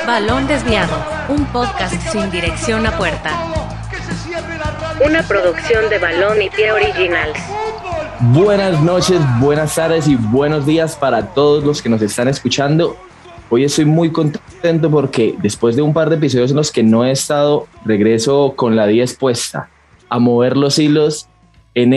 Balón Desviado, un podcast sin dirección a puerta. Una producción de Balón y Pie Originals. Buenas noches, buenas tardes y buenos días para todos los que nos están escuchando. Hoy estoy muy contento porque después de un par de episodios en los que no he estado, regreso con la 10 puesta a mover los hilos en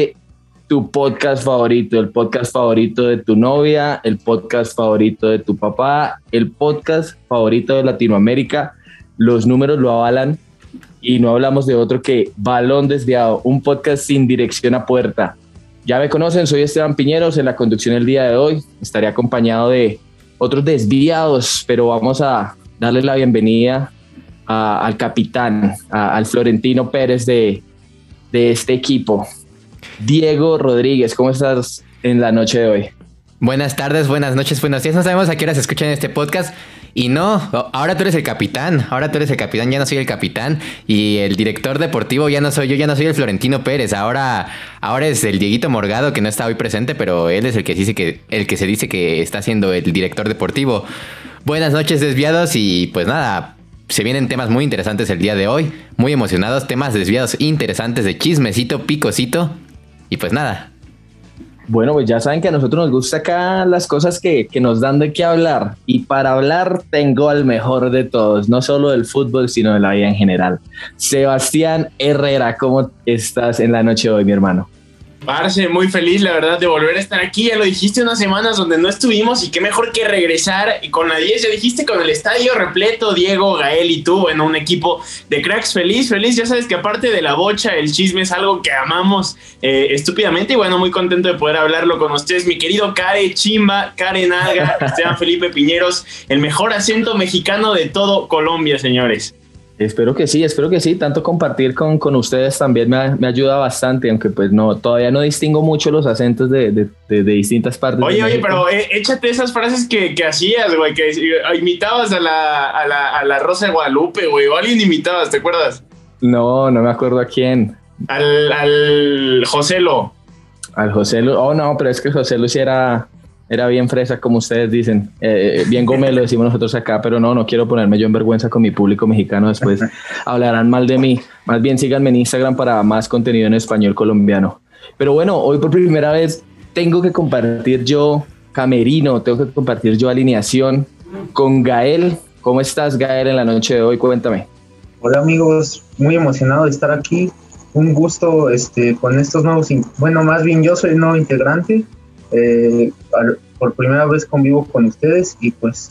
tu podcast favorito, el podcast favorito de tu novia, el podcast favorito de tu papá, el podcast favorito de Latinoamérica. Los números lo avalan y no hablamos de otro que Balón Desviado, un podcast sin dirección a puerta. Ya me conocen, soy Esteban Piñeros, en la conducción el día de hoy. Estaré acompañado de otros desviados, pero vamos a darle la bienvenida al capitán, al Florentino Pérez de este equipo. Diego Rodríguez, ¿cómo estás en la noche de hoy? Buenas tardes, buenas noches, buenos días. No sabemos a qué hora se escuchan este podcast. Y no, ahora tú eres el capitán, ya no soy el capitán. Y el director deportivo ya no soy yo, ya no soy el Florentino Pérez. Ahora es el Dieguito Morgado, que no está hoy presente, pero él es el que se dice que está siendo el director deportivo. Buenas noches, desviados, y pues nada, se vienen temas muy interesantes el día de hoy. Muy emocionados, temas desviados interesantes de chismecito, picocito. Y pues nada. Bueno, pues ya saben que a nosotros nos gusta acá las cosas que nos dan de qué hablar. Y para hablar tengo al mejor de todos, no solo del fútbol, sino de la vida en general. Sebastián Herrera, ¿cómo estás en la noche de hoy, mi hermano? Parce, muy feliz, la verdad, de volver a estar aquí. Ya lo dijiste, unas semanas donde no estuvimos y qué mejor que regresar y con la 10. Ya dijiste, con el estadio repleto, Diego, Gael y tú, bueno, un equipo de cracks. Feliz. Ya sabes que aparte de la bocha, el chisme es algo que amamos estúpidamente. Y bueno, muy contento de poder hablarlo con ustedes. Mi querido Care Chimba, Care Nalga, Esteban Felipe Piñeros, el mejor acento mexicano de todo Colombia, señores. Espero que sí, tanto compartir con ustedes también me ayuda bastante, aunque pues todavía no distingo mucho los acentos de distintas partes. Oye, pero échate esas frases que hacías, güey, que imitabas a la Rosa de Guadalupe, güey, o alguien imitabas, ¿te acuerdas? No me acuerdo a quién. Al Joselo. Al Joselo, no, pero es que Joselo sí era bien fresa, como ustedes dicen, bien gomelo decimos nosotros acá, pero no quiero ponerme yo en vergüenza con mi público mexicano, después hablarán mal de mí. Más bien síganme en Instagram para más contenido en español colombiano. Pero bueno, hoy por primera vez tengo que compartir yo camerino, tengo que compartir yo alineación con Gael. ¿Cómo estás, Gael, en la noche de hoy? Cuéntame. Hola amigos, muy emocionado de estar aquí, un gusto con estos nuevos, bueno, más bien yo soy el nuevo integrante. Por primera vez convivo con ustedes y pues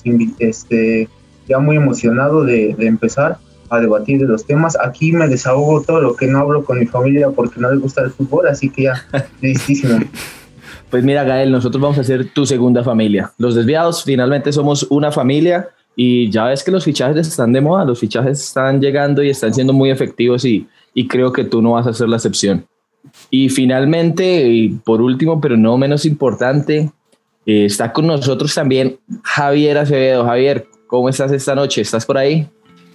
ya muy emocionado de empezar a debatir de los temas. Aquí me desahogo todo lo que no hablo con mi familia porque no les gusta el fútbol, así que ya, listísimo. Pues mira, Gael, nosotros vamos a ser tu segunda familia. Los desviados finalmente somos una familia y ya ves que los fichajes están de moda, los fichajes están llegando y están siendo muy efectivos y creo que tú no vas a ser la excepción. Y finalmente, y por último, pero no menos importante, está con nosotros también Javier Acevedo. Javier, ¿cómo estás esta noche? ¿Estás por ahí?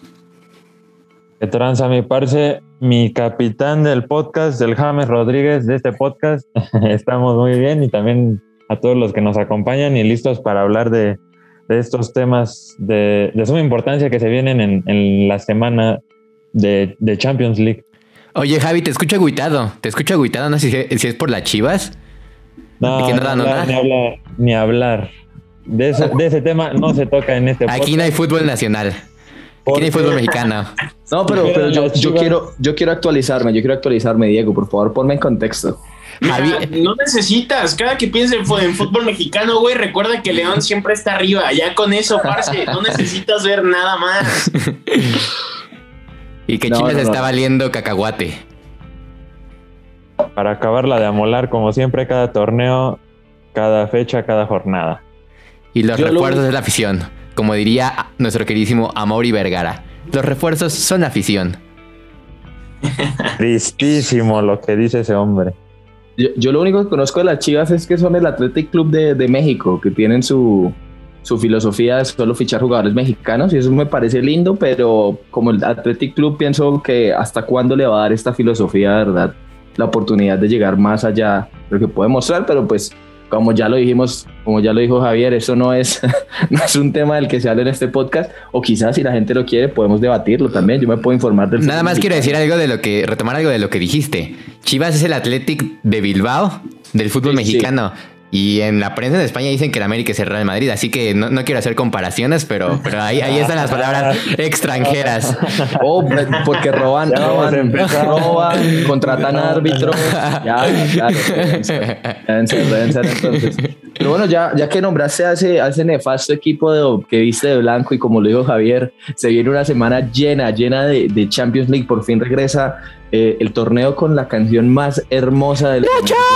¿Qué tranza, mi parce? Mi capitán del podcast, del James Rodríguez de este podcast. Estamos muy bien y también a todos los que nos acompañan y listos para hablar de estos temas de suma importancia que se vienen en la semana de Champions League. Oye, Javi, te escucho agüitado, no sé si es por las Chivas. No, ni hablar. De ese tema no se toca en este podcast. Aquí no hay fútbol nacional. Aquí no hay fútbol mexicano. No, pero yo quiero actualizarme, Diego, por favor, ponme en contexto. Javi, no necesitas, cada que pienses en fútbol mexicano, güey, recuerda que León siempre está arriba. Ya con eso, parce, no necesitas ver nada más. Y que Chivas está valiendo cacahuate. Para acabarla de amolar, como siempre, cada torneo, cada fecha, cada jornada. Y los refuerzos es la afición. Como diría nuestro queridísimo Amaury Vergara. Los refuerzos son afición. Tristísimo lo que dice ese hombre. Yo lo único que conozco de las Chivas es que son el Athletic Club de México, que tienen su filosofía de solo fichar jugadores mexicanos, y eso me parece lindo, pero como el Athletic Club pienso que hasta cuándo le va a dar esta filosofía, ¿verdad?, la oportunidad de llegar más allá de lo que puede mostrar, pero pues como ya lo dijimos como ya lo dijo Javier, eso no es, no es un tema del que se habla en este podcast, o quizás si la gente lo quiere podemos debatirlo también. Yo me puedo informar del Nada más quiero decir retomar algo de lo que dijiste. Chivas es el Athletic de Bilbao del fútbol mexicano. Y en la prensa de España dicen que el América es el Real Madrid, así que no quiero hacer comparaciones, pero ahí están las palabras extranjeras. Porque roban, contratan árbitros. Deben ser entonces. Pero bueno, ya que nombraste a ese nefasto equipo que viste de blanco, y como lo dijo Javier, se viene una semana llena de Champions League. Por fin regresa el torneo con la canción más hermosa del ¡La Champions!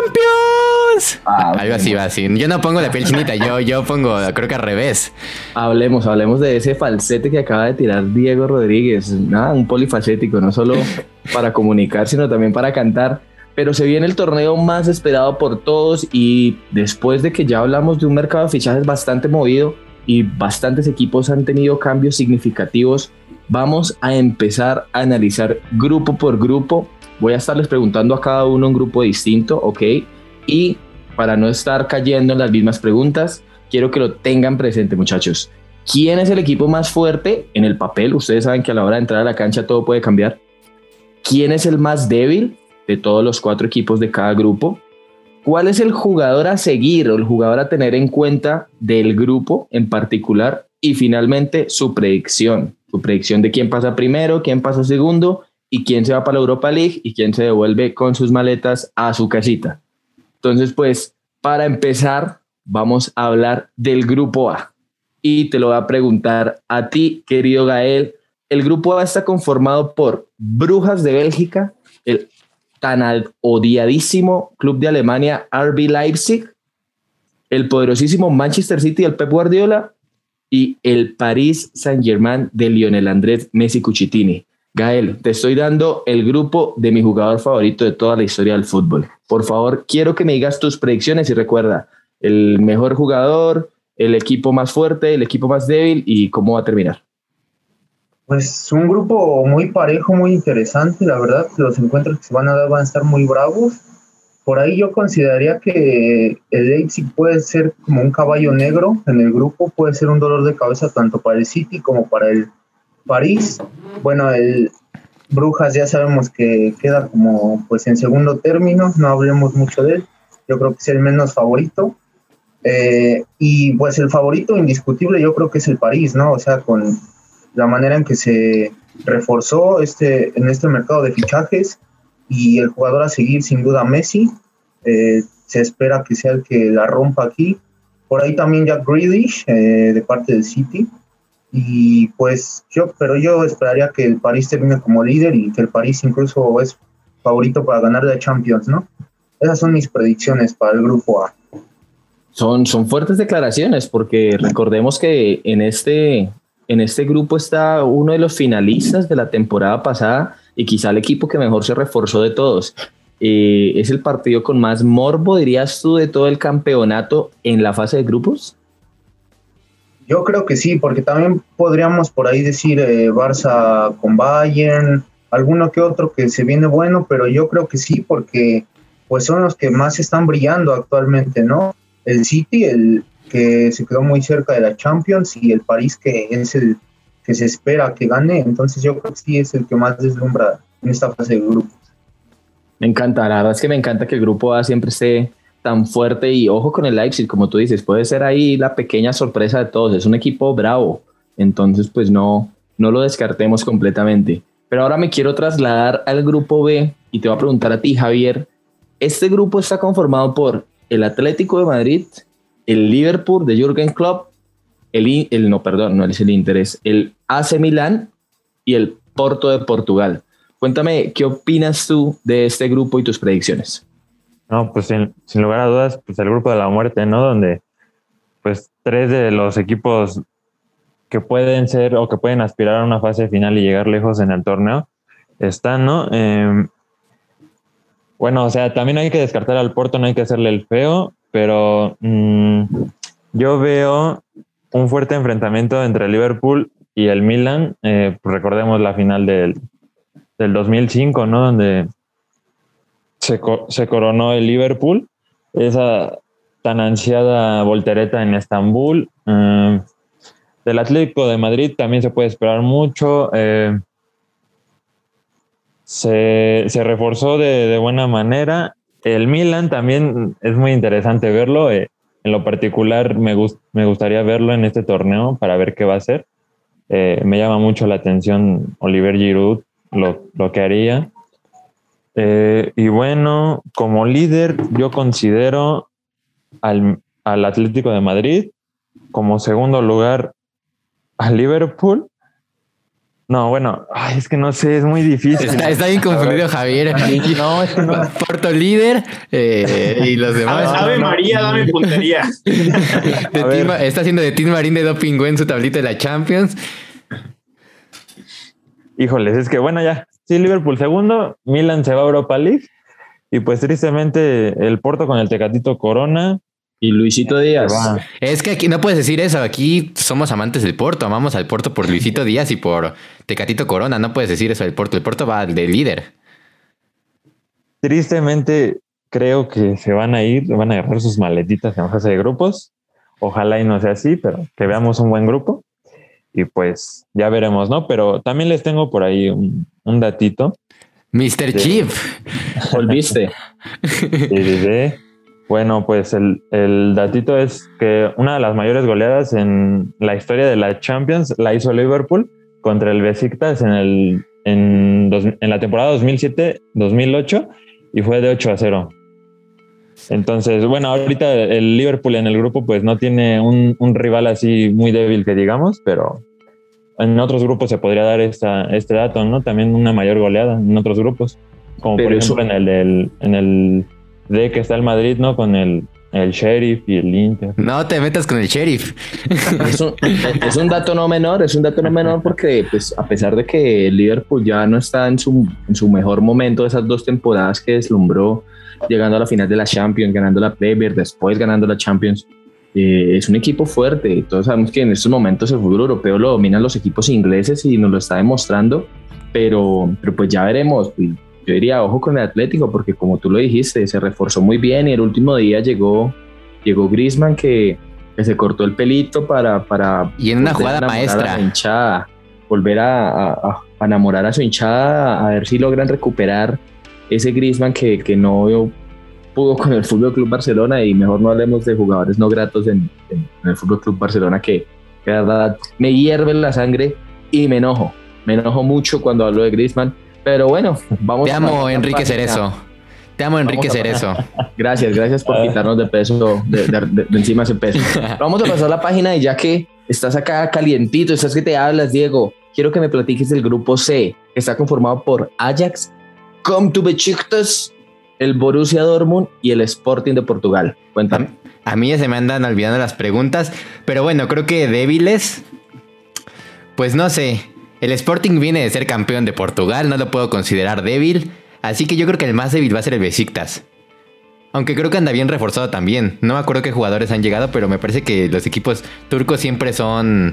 Algo así va así. Yo no pongo la piel chinita, yo pongo, creo que al revés. Hablemos de ese falsete que acaba de tirar Diego Rodríguez. Nada, un polifacético, no solo para comunicar, sino también para cantar. Pero se viene el torneo más esperado por todos, y después de que ya hablamos de un mercado de fichajes bastante movido y bastantes equipos han tenido cambios significativos, vamos a empezar a analizar grupo por grupo. Voy a estarles preguntando a cada uno un grupo distinto, ¿ok? Y para no estar cayendo en las mismas preguntas, quiero que lo tengan presente, muchachos. ¿Quién es el equipo más fuerte en el papel? Ustedes saben que a la hora de entrar a la cancha todo puede cambiar. ¿Quién es el más débil de todos los 4 equipos de cada grupo? ¿Cuál es el jugador a seguir o el jugador a tener en cuenta del grupo en particular? Y finalmente, su predicción de quién pasa primero, quién pasa segundo, y quién se va para la Europa League y quién se devuelve con sus maletas a su casita. Entonces, pues, para empezar, vamos a hablar del grupo A. Y te lo voy a preguntar a ti, querido Gael. El grupo A está conformado por Brujas de Bélgica, el tan odiadísimo club de Alemania RB Leipzig, el poderosísimo Manchester City del Pep Guardiola y el Paris Saint-Germain de Lionel Andrés Messi Cucitini. Gael, te estoy dando el grupo de mi jugador favorito de toda la historia del fútbol. Por favor, quiero que me digas tus predicciones y recuerda, el mejor jugador, el equipo más fuerte, el equipo más débil y cómo va a terminar. Pues un grupo muy parejo, muy interesante, la verdad. Los encuentros que se van a dar van a estar muy bravos. Por ahí yo consideraría que el Leipzig puede ser como un caballo negro en el grupo, puede ser un dolor de cabeza tanto para el City como para el París. Bueno, el Brujas ya sabemos que queda como pues en segundo término, no hablemos mucho de él, yo creo que es el menos favorito, y pues el favorito indiscutible yo creo que es el París, ¿no? O sea, con la manera en que se reforzó en este mercado de fichajes, y el jugador a seguir sin duda Messi, se espera que sea el que la rompa aquí. Por ahí también Jack Grealish de parte del City. Y pues yo esperaría que el París termine como líder y que el París incluso es favorito para ganar la Champions, ¿no? Esas son mis predicciones para el grupo A. Son fuertes declaraciones, porque recordemos que en este grupo está uno de los finalistas de la temporada pasada y quizá el equipo que mejor se reforzó de todos. ¿Es el partido con más morbo, dirías tú, de todo el campeonato en la fase de grupos? Yo creo que sí, porque también podríamos por ahí decir Barça con Bayern, alguno que otro que se viene bueno, pero yo creo que sí, porque pues son los que más están brillando actualmente, ¿no? El City, el que se quedó muy cerca de la Champions, y el París, que es el que se espera que gane. Entonces yo creo que sí es el que más deslumbra en esta fase de grupos. Me encanta, la verdad es que me encanta que el grupo A siempre esté tan fuerte, y ojo con el Leipzig, como tú dices, puede ser ahí la pequeña sorpresa de todos. Es un equipo bravo, entonces pues no lo descartemos completamente. Pero ahora me quiero trasladar al grupo B y te voy a preguntar a ti, Javier. Este grupo está conformado por el Atlético de Madrid, el Liverpool de Jürgen Klopp, el AC Milán y el Porto de Portugal. Cuéntame, ¿qué opinas tú de este grupo y tus predicciones? No, pues sin lugar a dudas, pues el grupo de la muerte, ¿no? Donde pues 3 de los equipos que pueden ser o que pueden aspirar a una fase final y llegar lejos en el torneo están, ¿no? Bueno, o sea, también hay que descartar al Porto, no hay que hacerle el feo, pero yo veo un fuerte enfrentamiento entre el Liverpool y el Milan. Pues recordemos la final del 2005, ¿no? Donde se coronó el Liverpool. Esa tan ansiada voltereta en Estambul. Del Atlético de Madrid también se puede esperar mucho. Se reforzó de buena manera. El Milan también es muy interesante verlo. En lo particular me gustaría verlo en este torneo para ver qué va a hacer. Me llama mucho la atención Oliver Giroud, lo que haría. Y bueno, como líder yo considero al Atlético de Madrid, como segundo lugar a Liverpool. No, bueno, es que no sé, es muy difícil. Está bien confundido Javier. No, es que no. Porto líder y los demás. Ave María, dame puntería. Está haciendo de Tim Marín de doping en su tablita de la Champions. Híjoles, es que bueno, ya. Sí, Liverpool segundo, Milan se va a Europa League y pues tristemente el Porto con el Tecatito Corona. Y Luisito Díaz. Es que aquí no puedes decir eso. Aquí somos amantes del Porto. Amamos al Porto por Luisito Díaz y por Tecatito Corona. No puedes decir eso del Porto. El Porto va de líder. Tristemente creo que se van a ir, van a agarrar sus maletitas en fase de grupos. Ojalá y no sea así, pero que veamos un buen grupo. Y pues ya veremos, ¿no? Pero también les tengo por ahí un datito. Mr. Chip. ¿Volviste? Sí. Bueno, pues el datito es que una de las mayores goleadas en la historia de la Champions la hizo Liverpool contra el Besiktas en la temporada 2007-2008 y fue de 8-0. Entonces, bueno, ahorita el Liverpool en el grupo pues no tiene un rival así muy débil que digamos, pero en otros grupos se podría dar este dato, ¿no? También una mayor goleada en otros grupos, como pero por ejemplo en el D que está el Madrid, ¿no? Con el Sheriff y el Inter. No te metas con el Sheriff. Es un dato no menor, porque pues a pesar de que el Liverpool ya no está en su mejor momento, esas 2 temporadas que deslumbró, llegando a la final de la Champions, ganando la Premier, después ganando la Champions, es un equipo fuerte. Todos sabemos que en estos momentos el fútbol europeo lo dominan los equipos ingleses y nos lo está demostrando, pero pues ya veremos. Yo diría, ojo con el Atlético, porque como tú lo dijiste, se reforzó muy bien y el último día llegó Griezmann que se cortó el pelito para y en una jugada maestra volver a enamorar a su hinchada, a ver si logran recuperar ese Griezmann que no pudo con el Fútbol Club Barcelona. Y mejor no hablemos de jugadores no gratos en el Fútbol Club Barcelona, que de verdad me hierve la sangre y me enojo mucho cuando hablo de Griezmann. Pero bueno, vamos. Te amo, Enrique Cerezo. Te amo, Enrique Cerezo. Gracias por quitarnos de peso, de encima ese peso. Vamos a pasar la página y ya que estás acá calientito, estás que te hablas, Diego, quiero que me platiques del grupo C, que está conformado por Ajax, Come to Besiktas, el Borussia Dortmund y el Sporting de Portugal. Cuéntame. A mí ya se me andan olvidando las preguntas, pero bueno, creo que débiles, pues no sé. El Sporting viene de ser campeón de Portugal, no lo puedo considerar débil, así que yo creo que el más débil va a ser el Besiktas. Aunque creo que anda bien reforzado también. No me acuerdo qué jugadores han llegado, pero me parece que los equipos turcos siempre son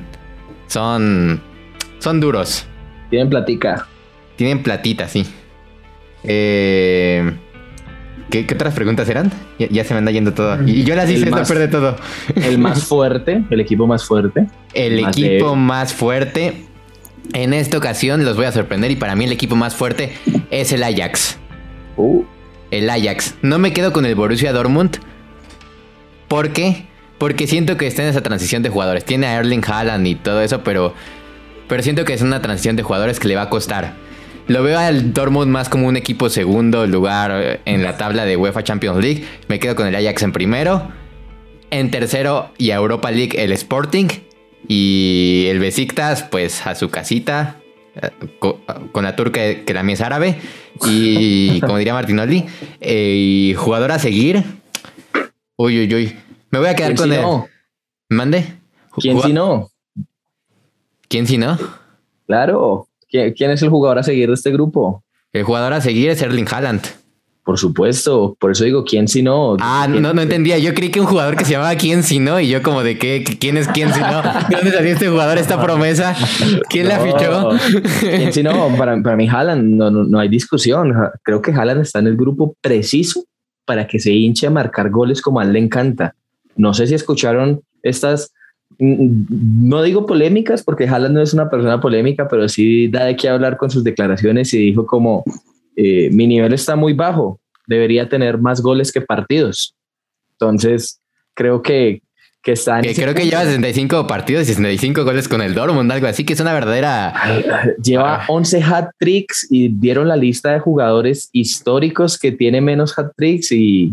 duros. Tienen platica. Tienen platita, sí. ¿Qué otras preguntas eran? Ya se me anda yendo todo. Y yo las hice, no perdí todo. El más fuerte, el equipo más fuerte. El equipo más fuerte. En esta ocasión los voy a sorprender y para mí el equipo más fuerte es el Ajax. El Ajax. No me quedo con el Borussia Dortmund. ¿Por qué? Porque siento que está en esa transición de jugadores. Tiene a Erling Haaland y todo eso, pero siento que es una transición de jugadores que le va a costar. Lo veo al Dortmund más como un equipo segundo lugar en la tabla de UEFA Champions League. Me quedo con el Ajax en primero. En tercero y a Europa League el Sporting. Y el Besiktas, pues a su casita, con la turca que la mía es árabe. Y como diría Martinoli, y jugador a seguir. Uy. Me voy a quedar con él. ¿Mande? ¿Quién si no? ¿Quién si no? Claro. ¿Quién es el jugador a seguir de este grupo? El jugador a seguir es Erling Haaland. Por supuesto, por eso digo, ¿quién si no? No entendía. Yo creí que un jugador que se llamaba ¿quién si no? Y yo como de ¿qué? ¿Quién es quién si no? ¿De dónde salió este jugador, esta promesa? ¿Quién la fichó? ¿Quién si no? Para mí Haaland, no hay discusión. Creo que Haaland está en el grupo preciso para que se hinche a marcar goles como a él le encanta. No sé si escucharon estas, no digo polémicas, porque Haaland no es una persona polémica, pero sí da de qué hablar con sus declaraciones y dijo como, mi nivel está muy bajo, debería tener más goles que partidos. Entonces, creo que está en creo que lleva 65 partidos y 65 goles con el Dortmund, algo así, que es una verdadera... Lleva 11 hat-tricks y dieron la lista de jugadores históricos que tiene menos hat-tricks y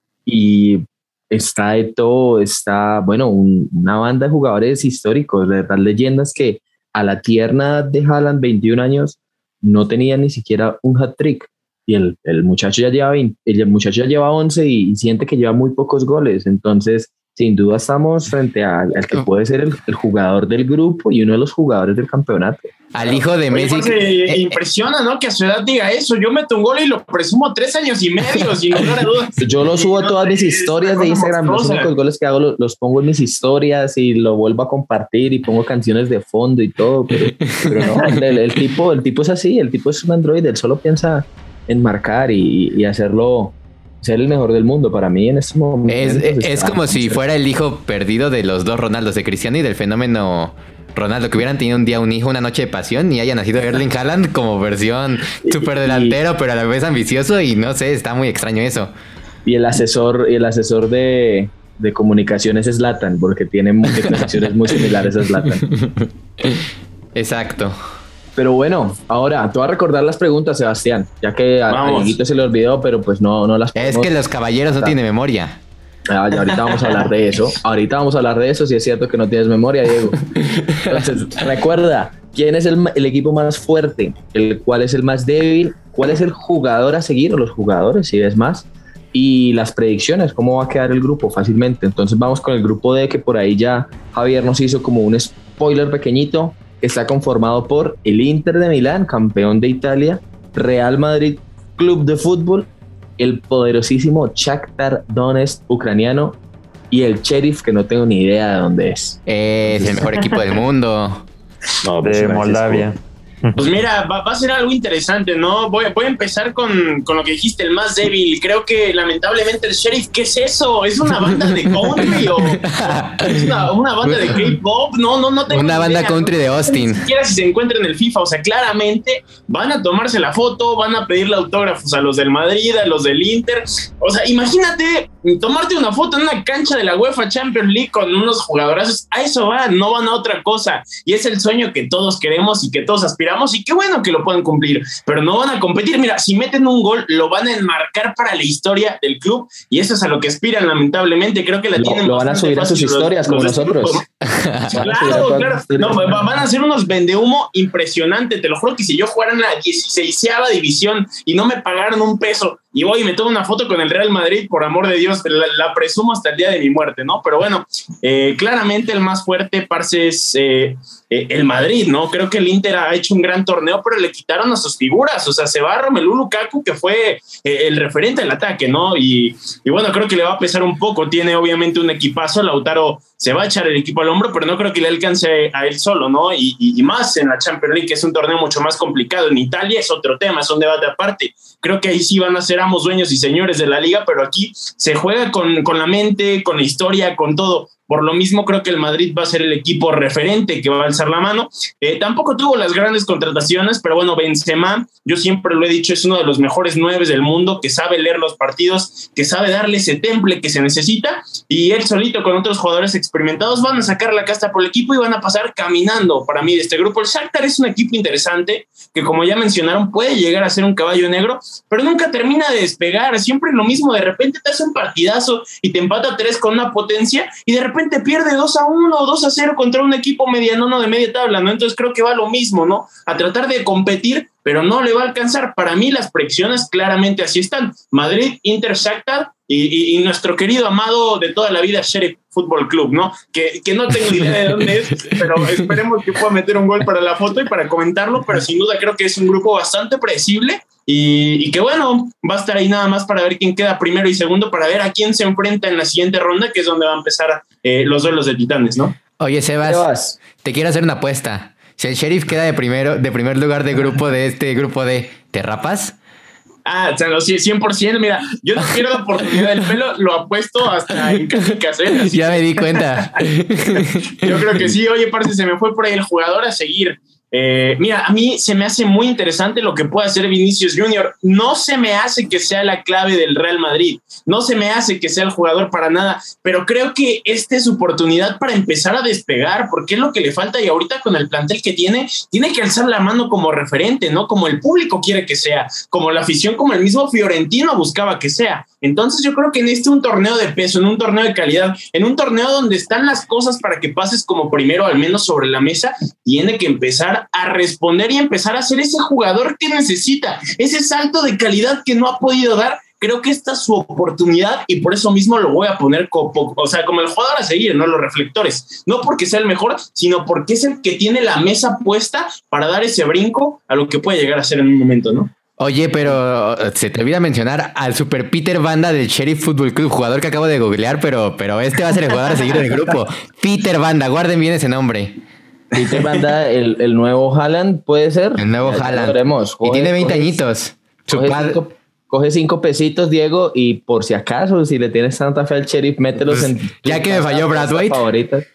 está Eto'o, está, bueno, una banda de jugadores históricos, de verdad, leyendas que a la tierna de Haaland, 21 años, no tenía ni siquiera un hat-trick. Y el muchacho ya lleva 11 y siente que lleva muy pocos goles. Entonces, sin duda estamos frente al que puede ser el jugador del grupo y uno de los jugadores del campeonato. Al hijo de Messi. Impresiona, ¿no? Que a su edad diga eso. Yo meto un gol y lo presumo 3 años y medio, sin lugar a dudas. Yo lo subo a todas mis historias de Instagram. Los únicos goles que hago los pongo en mis historias y lo vuelvo a compartir y pongo canciones de fondo y todo. Pero no, el tipo es así. El tipo es un androide. Él solo piensa en marcar y hacerlo, ser el mejor del mundo. Para mí en este momento es como si fuera el hijo perdido de los dos Ronaldos, de Cristiano y del fenómeno Ronaldo, que hubieran tenido un día un hijo, una noche de pasión y haya nacido Erling Haaland como versión súper delantero, pero a la vez ambicioso, y no sé, está muy extraño eso. Y el asesor de comunicaciones es Zlatan, porque tiene declaraciones muy similares a Zlatan. Exacto. Pero bueno, ahora te voy a recordar las preguntas, Sebastián, ya que a Dieguito se le olvidó, pero pues no las podemos. Es que los caballeros no tienen memoria. Ya ahorita vamos a hablar de eso. Si es cierto que no tienes memoria, Diego. Entonces, recuerda, ¿quién es el equipo más fuerte? ¿Cuál es el más débil? ¿Cuál es el jugador a seguir o los jugadores, si ves más? Y las predicciones, ¿cómo va a quedar el grupo fácilmente? Entonces vamos con el grupo D, que por ahí ya Javier nos hizo como un spoiler pequeñito, que está conformado por el Inter de Milán, campeón de Italia, Real Madrid, club de fútbol, el poderosísimo Shakhtar Donetsk ucraniano y el Sheriff, que no tengo ni idea de dónde es. Es el mejor equipo del mundo. No, de Moldavia. Pues mira, va a ser algo interesante, ¿no? Voy a empezar con lo que dijiste, el más débil. Creo que lamentablemente el Sheriff, ¿qué es eso? ¿Es una banda de country o es una banda de K-pop? No tengo una banda idea, country de Austin. Ni siquiera si se encuentra en el FIFA. O sea, claramente van a tomarse la foto, van a pedirle autógrafos a los del Madrid, a los del Inter. O sea, imagínate tomarte una foto en una cancha de la UEFA Champions League con unos jugadorazos. A eso van, no van a otra cosa. Y es el sueño que todos queremos y que todos aspiramos, y qué bueno que lo puedan cumplir, pero no van a competir. Mira, si meten un gol, lo van a enmarcar para la historia del club, y eso es a lo que aspiran, lamentablemente. Creo que lo van a subir a sus historias como nosotros. Claro. No, van a ser unos vendehumo impresionante. Te lo juro que si yo jugara en la 16ª división y no me pagaron un peso y voy y me tomo una foto con el Real Madrid, por amor de Dios, la presumo hasta el día de mi muerte, ¿no? Pero bueno, claramente el más fuerte, parce, es el Madrid, ¿no? Creo que el Inter ha hecho un gran torneo, pero le quitaron a sus figuras. O sea, se va Romelu Lukaku, que fue el referente del ataque, ¿no? Y bueno, creo que le va a pesar un poco. Tiene obviamente un equipazo. Lautaro se va a echar el equipo al hombro, pero no creo que le alcance a él solo, ¿no? Y más en la Champions League, que es un torneo mucho más complicado. En Italia es otro tema, es un debate aparte. Creo que ahí sí van a ser amos, dueños y señores de la liga, pero aquí se juega con la mente, con la historia, con todo. Por lo mismo, creo que el Madrid va a ser el equipo referente que va a alzar la mano. Tampoco tuvo las grandes contrataciones, pero bueno, Benzema, yo siempre lo he dicho, es uno de los mejores 9 del mundo, que sabe leer los partidos, que sabe darle ese temple que se necesita, y él solito con otros jugadores experimentados van a sacar la casta por el equipo y van a pasar caminando para mí de este grupo. El Shakhtar es un equipo interesante que, como ya mencionaron, puede llegar a ser un caballo negro, pero nunca termina de despegar. Siempre lo mismo, de repente te hace un partidazo y te empata 3 con una potencia, y de repente pierde 2-1 o 2-0 contra un equipo medianono de media tabla, ¿no? Entonces creo que va lo mismo, ¿no? A tratar de competir, pero no le va a alcanzar. Para mí las predicciones claramente así están: Madrid, Inter, Shakhtar y nuestro querido amado de toda la vida Sheriff Fútbol Club, ¿no? Que no tengo idea de dónde es, pero esperemos que pueda meter un gol para la foto y para comentarlo. Pero sin duda creo que es un grupo bastante predecible y que bueno, va a estar ahí nada más para ver quién queda primero y segundo, para ver a quién se enfrenta en la siguiente ronda, que es donde va a empezar los duelos de titanes, ¿no? Oye, Sebas, te quiero hacer una apuesta. Si el Sheriff queda de primer lugar de grupo de este grupo D, ¿te rapas? O sea, no, sí, 100%. Mira, yo no pierdo oportunidad del pelo, lo apuesto hasta en canicas, ¿eh? Ya me di cuenta. Yo creo que sí. Oye, parce, se me fue por ahí el jugador a seguir. Mira, a mí se me hace muy interesante lo que puede hacer Vinicius Junior. No se me hace que sea la clave del Real Madrid, no se me hace que sea el jugador para nada, pero creo que esta es su oportunidad para empezar a despegar, porque es lo que le falta, y ahorita con el plantel que tiene que alzar la mano como referente, ¿no? Como el público quiere que sea, como la afición, como el mismo Fiorentino buscaba que sea. Entonces yo creo que en un torneo de peso, en un torneo de calidad, en un torneo donde están las cosas para que pases como primero, al menos sobre la mesa, tiene que empezar a responder y empezar a ser ese jugador que necesita, ese salto de calidad que no ha podido dar. Creo que esta es su oportunidad y por eso mismo lo voy a poner como el jugador a seguir, no los reflectores, no porque sea el mejor, sino porque es el que tiene la mesa puesta para dar ese brinco a lo que puede llegar a ser en un momento, ¿no? Oye, pero se te olvida mencionar al Super Peter Banda del Sheriff Football Club, jugador que acabo de googlear, pero este va a ser el jugador a seguir del grupo. Peter Banda, guarden bien ese nombre. Peter Banda, el nuevo Haaland, ¿puede ser? El nuevo Haaland. Y tiene 20 añitos. Coge 5 pesitos, Diego, y por si acaso, si le tienes tanta fe al Sheriff, mételos pues, en... Ya que me falló Brathwaite,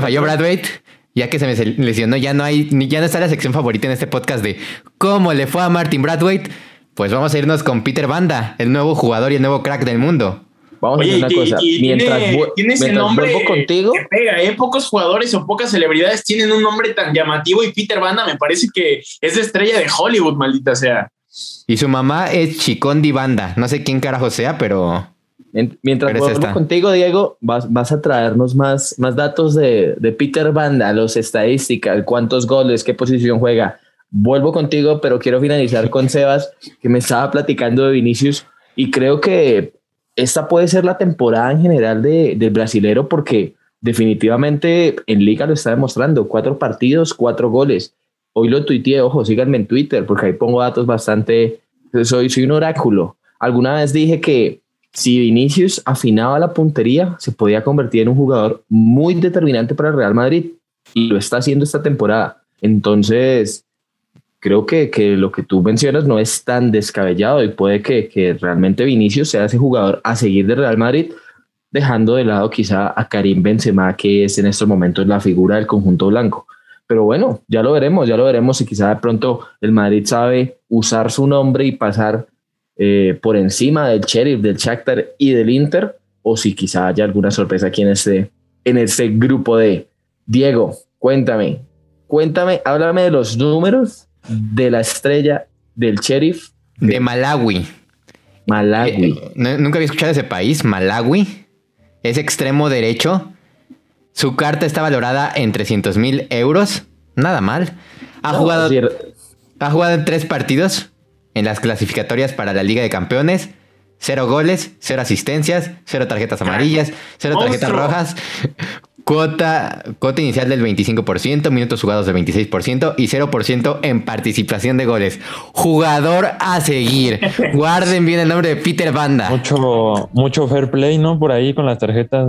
ya que se me lesionó, ya no está la sección favorita en este podcast de cómo le fue a Martin Brathwaite, pues vamos a irnos con Peter Banda, el nuevo jugador y el nuevo crack del mundo. Vamos a hacer una cosa. Tiene ese nombre contigo, que pega, pocos jugadores o pocas celebridades tienen un nombre tan llamativo, y Peter Banda me parece que es de estrella de Hollywood, maldita sea. Y su mamá es Chicondi Banda, no sé quién carajo sea, pero... Mientras vuelvo contigo, Diego, vas a traernos más datos de Peter Banda, las estadísticas, cuántos goles, qué posición juega. Vuelvo contigo, pero quiero finalizar con Sebas, que me estaba platicando de Vinicius, y creo que esta puede ser la temporada en general del brasilero, porque definitivamente en Liga lo está demostrando. 4 partidos, 4 goles. Hoy lo tuiteé, ojo, síganme en Twitter, porque ahí pongo datos bastante... Soy un oráculo. Alguna vez dije que si Vinicius afinaba la puntería, se podía convertir en un jugador muy determinante para el Real Madrid, y lo está haciendo esta temporada. Entonces, creo que lo que tú mencionas no es tan descabellado, y puede que realmente Vinicius sea ese jugador a seguir de Real Madrid, dejando de lado quizá a Karim Benzema, que es en estos momentos la figura del conjunto blanco. Pero bueno, ya lo veremos si quizá de pronto el Madrid sabe usar su nombre y pasar por encima del Sheriff, del Shakhtar y del Inter, o si quizá haya alguna sorpresa aquí en este grupo de... Diego, cuéntame, háblame de los números de la estrella del Sheriff de Malawi. Nunca había escuchado ese país, Malawi. Es extremo derecho. Su carta está valorada en 300,000 euros. Nada mal. Ha jugado en 3 partidos en las clasificatorias para la Liga de Campeones. 0 goles, 0 asistencias, 0 tarjetas amarillas, 0 tarjetas rojas. Cuota inicial del 25%, minutos jugados del 26% y 0% en participación de goles. Jugador a seguir. Guarden bien el nombre de Peter Banda. Mucho fair play, ¿no? Por ahí con las tarjetas.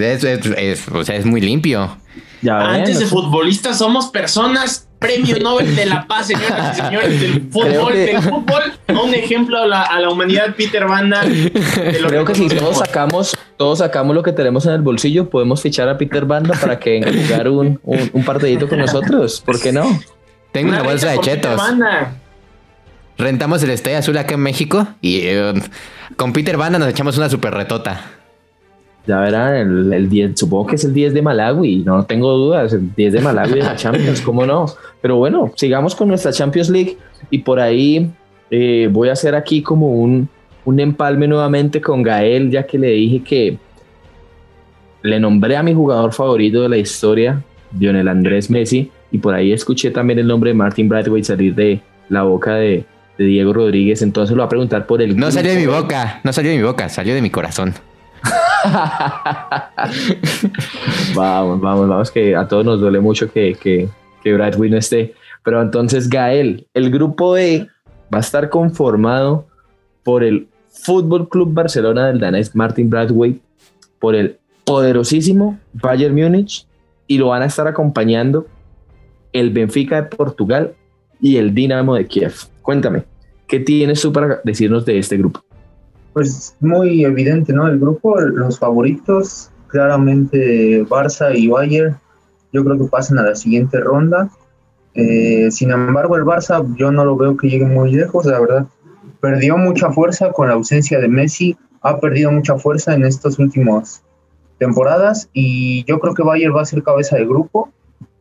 Es muy limpio. Antes de futbolistas somos personas. Premio Nobel de la Paz, señoras y señores, del fútbol, un ejemplo a la humanidad, Peter Banda. Creo que si todos sacamos lo que tenemos en el bolsillo, podemos fichar a Peter Banda para que venga a jugar un partidito con nosotros. ¿Por qué no? Tengo una bolsa de chetos. Rentamos el Estadio Azul acá en México y con Peter Banda nos echamos una super retota. Ya verán, el 10, supongo que es el 10 de Malawi, no tengo dudas, el 10 de Malawi de la Champions, ¿cómo no? Pero bueno, sigamos con nuestra Champions League, y por ahí voy a hacer aquí como un empalme nuevamente con Gael, ya que le dije que le nombré a mi jugador favorito de la historia, Lionel Andrés Messi, y por ahí escuché también el nombre de Martin Brathwaite salir de la boca de Diego Rodríguez, entonces lo voy a preguntar por el... No salió de mi boca, salió de mi corazón. Vamos, que a todos nos duele mucho que Brathwaite no esté. Pero entonces, Gael, el grupo E va a estar conformado por el Fútbol Club Barcelona del danés Martin Brathwaite, por el poderosísimo Bayern Múnich, y lo van a estar acompañando el Benfica de Portugal y el Dinamo de Kiev. Cuéntame, ¿Qué tienes tú para decirnos de este grupo? Pues muy evidente, ¿no? El grupo, los favoritos, claramente Barça y Bayern, yo creo que pasan a la siguiente ronda. Sin embargo, el Barça yo no lo veo que llegue muy lejos, la verdad. Perdió mucha fuerza con la ausencia de Messi, ha perdido mucha fuerza en estas últimas temporadas y yo creo que Bayern va a ser cabeza de grupo,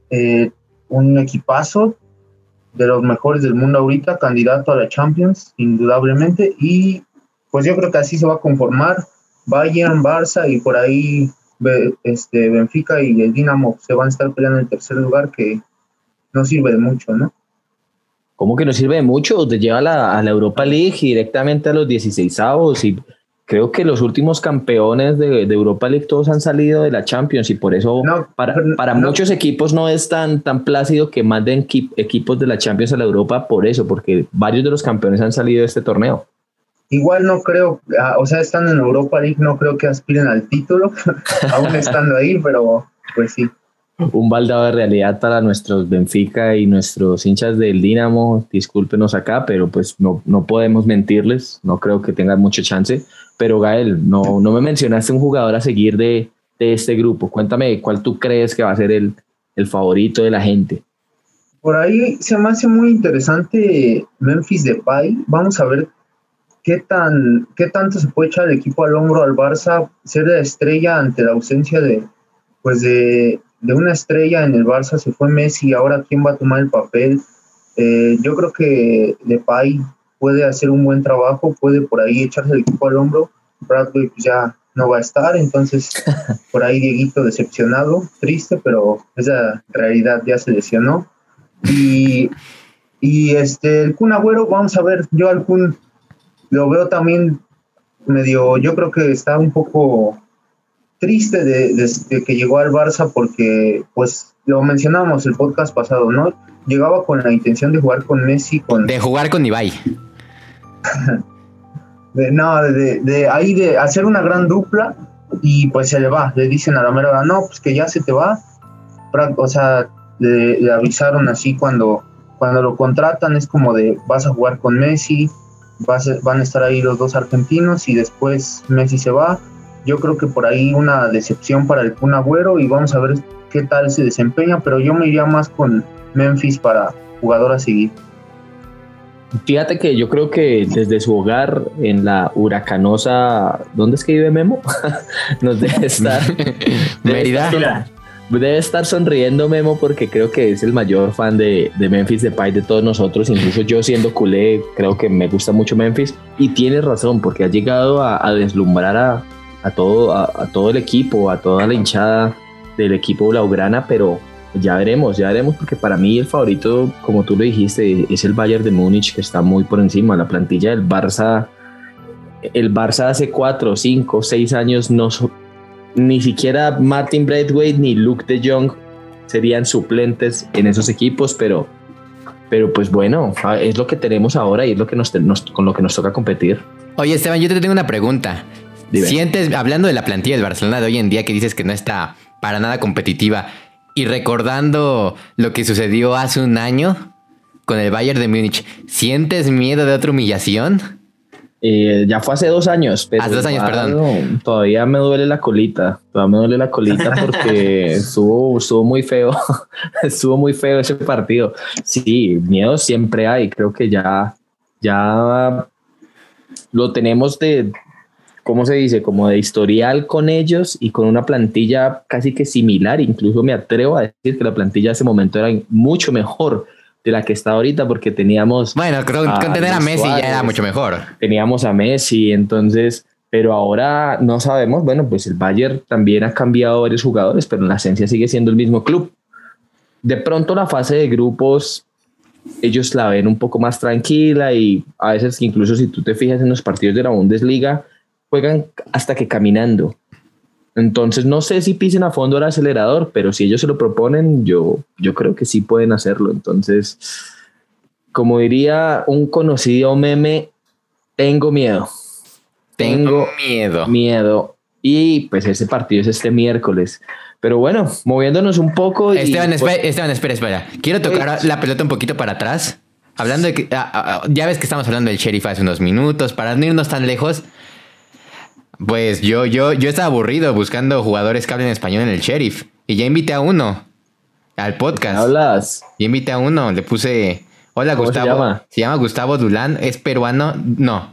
un equipazo de los mejores del mundo ahorita, candidato a la Champions, indudablemente, y pues yo creo que así se va a conformar Bayern, Barça y por ahí Benfica y el Dinamo se van a estar peleando en el tercer lugar, que no sirve de mucho, ¿no? ¿Cómo que no sirve de mucho? Te lleva a la Europa League directamente a los 16avos y creo que los últimos campeones de Europa League todos han salido de la Champions y por eso para muchos equipos no es tan plácido que manden equipos de la Champions a la Europa por eso, porque varios de los campeones han salido de este torneo. Igual no creo, o sea, estando en Europa League no creo que aspiren al título, aún estando ahí, pero pues sí. Un baldado de realidad para nuestros Benfica y nuestros hinchas del Dinamo, discúlpenos acá, pero pues no podemos mentirles, no creo que tengan mucha chance. Pero Gael, no me mencionaste un jugador a seguir de este grupo. Cuéntame cuál tú crees que va a ser el favorito de la gente. Por ahí se me hace muy interesante Memphis Depay. Vamos a ver qué tanto se puede echar el equipo al hombro al Barça, ser la estrella ante la ausencia de una estrella en el Barça. Se fue Messi, ahora ¿quién va a tomar el papel? Yo creo que Depay puede hacer un buen trabajo, puede por ahí echarse el equipo al hombro. Bradley pues ya no va a estar, entonces por ahí Dieguito decepcionado, triste, pero esa realidad ya se lesionó. Y el Kun Agüero, vamos a ver, yo al Kun lo veo también medio, yo creo que está un poco triste desde que llegó al Barça, porque pues lo mencionábamos el podcast pasado, ¿no? Llegaba con la intención de jugar con Messi, de jugar con Ibai. de hacer una gran dupla, y pues se le va, le dicen a la mera hora, no, pues que ya se te va. O sea, le avisaron así cuando lo contratan, es como de vas a jugar con Messi, van a estar ahí los dos argentinos y después Messi se va. Yo creo que por ahí una decepción para el Kun Agüero y vamos a ver qué tal se desempeña, pero yo me iría más con Memphis para jugador a seguir. Fíjate que yo creo que desde su hogar en la huracanosa, ¿dónde es que vive Memo? Nos debe estar Mérida. Debe estar sonriendo Memo, porque creo que es el mayor fan de Memphis Depay de todos nosotros. Incluso yo, siendo culé, creo que me gusta mucho Memphis, y tiene razón, porque ha llegado a deslumbrar a todo el equipo, a toda la hinchada del equipo blaugrana, pero ya veremos, porque para mí el favorito, como tú lo dijiste, es el Bayern de Múnich, que está muy por encima. La plantilla del Barça, el Barça hace 4, 5, 6 años ni siquiera Martin Braithwaite ni Luke de Jong serían suplentes en esos equipos, pero pues bueno, es lo que tenemos ahora y es lo que con lo que nos toca competir. Oye, Esteban, yo te tengo una pregunta. Dime. ¿Sientes, hablando de la plantilla del Barcelona de hoy en día, que dices que no está para nada competitiva, y recordando lo que sucedió hace un año con el Bayern de Múnich, ¿sientes miedo de otra humillación? Ya fue hace 2 años. Pero hace 2 años, perdón. No, todavía me duele la colita. Porque estuvo muy feo. Estuvo muy feo ese partido. Sí, miedo siempre hay. Creo que ya lo tenemos de, ¿cómo se dice? Como de historial con ellos y con una plantilla casi que similar. Incluso me atrevo a decir que la plantilla de ese momento era mucho mejor de la que está ahorita, porque teníamos... Bueno, con tener a Messi Suárez, ya era mucho mejor. Teníamos a Messi, entonces... Pero ahora no sabemos. Bueno, pues el Bayern también ha cambiado varios jugadores, pero en la esencia sigue siendo el mismo club. De pronto la fase de grupos, ellos la ven un poco más tranquila, y a veces incluso si tú te fijas en los partidos de la Bundesliga, juegan hasta que caminando. Entonces no sé si pisen a fondo el acelerador, pero si ellos se lo proponen, yo creo que sí pueden hacerlo. Entonces, como diría un conocido meme, tengo miedo. Tengo miedo. Y pues ese partido es este miércoles. Pero bueno, moviéndonos un poco. Esteban, espera. Quiero tocar la pelota un poquito para atrás. hablando de que... ya ves que estamos hablando del Sheriff hace unos minutos. Para no irnos tan lejos, pues yo estaba aburrido buscando jugadores que hablen español en el Sheriff. Y ya invité a uno al podcast. ¿Qué hablas? Ya invité a uno, le puse... Hola, ¿Cómo Gustavo. Se llama Gustavo Dulán, es peruano. No,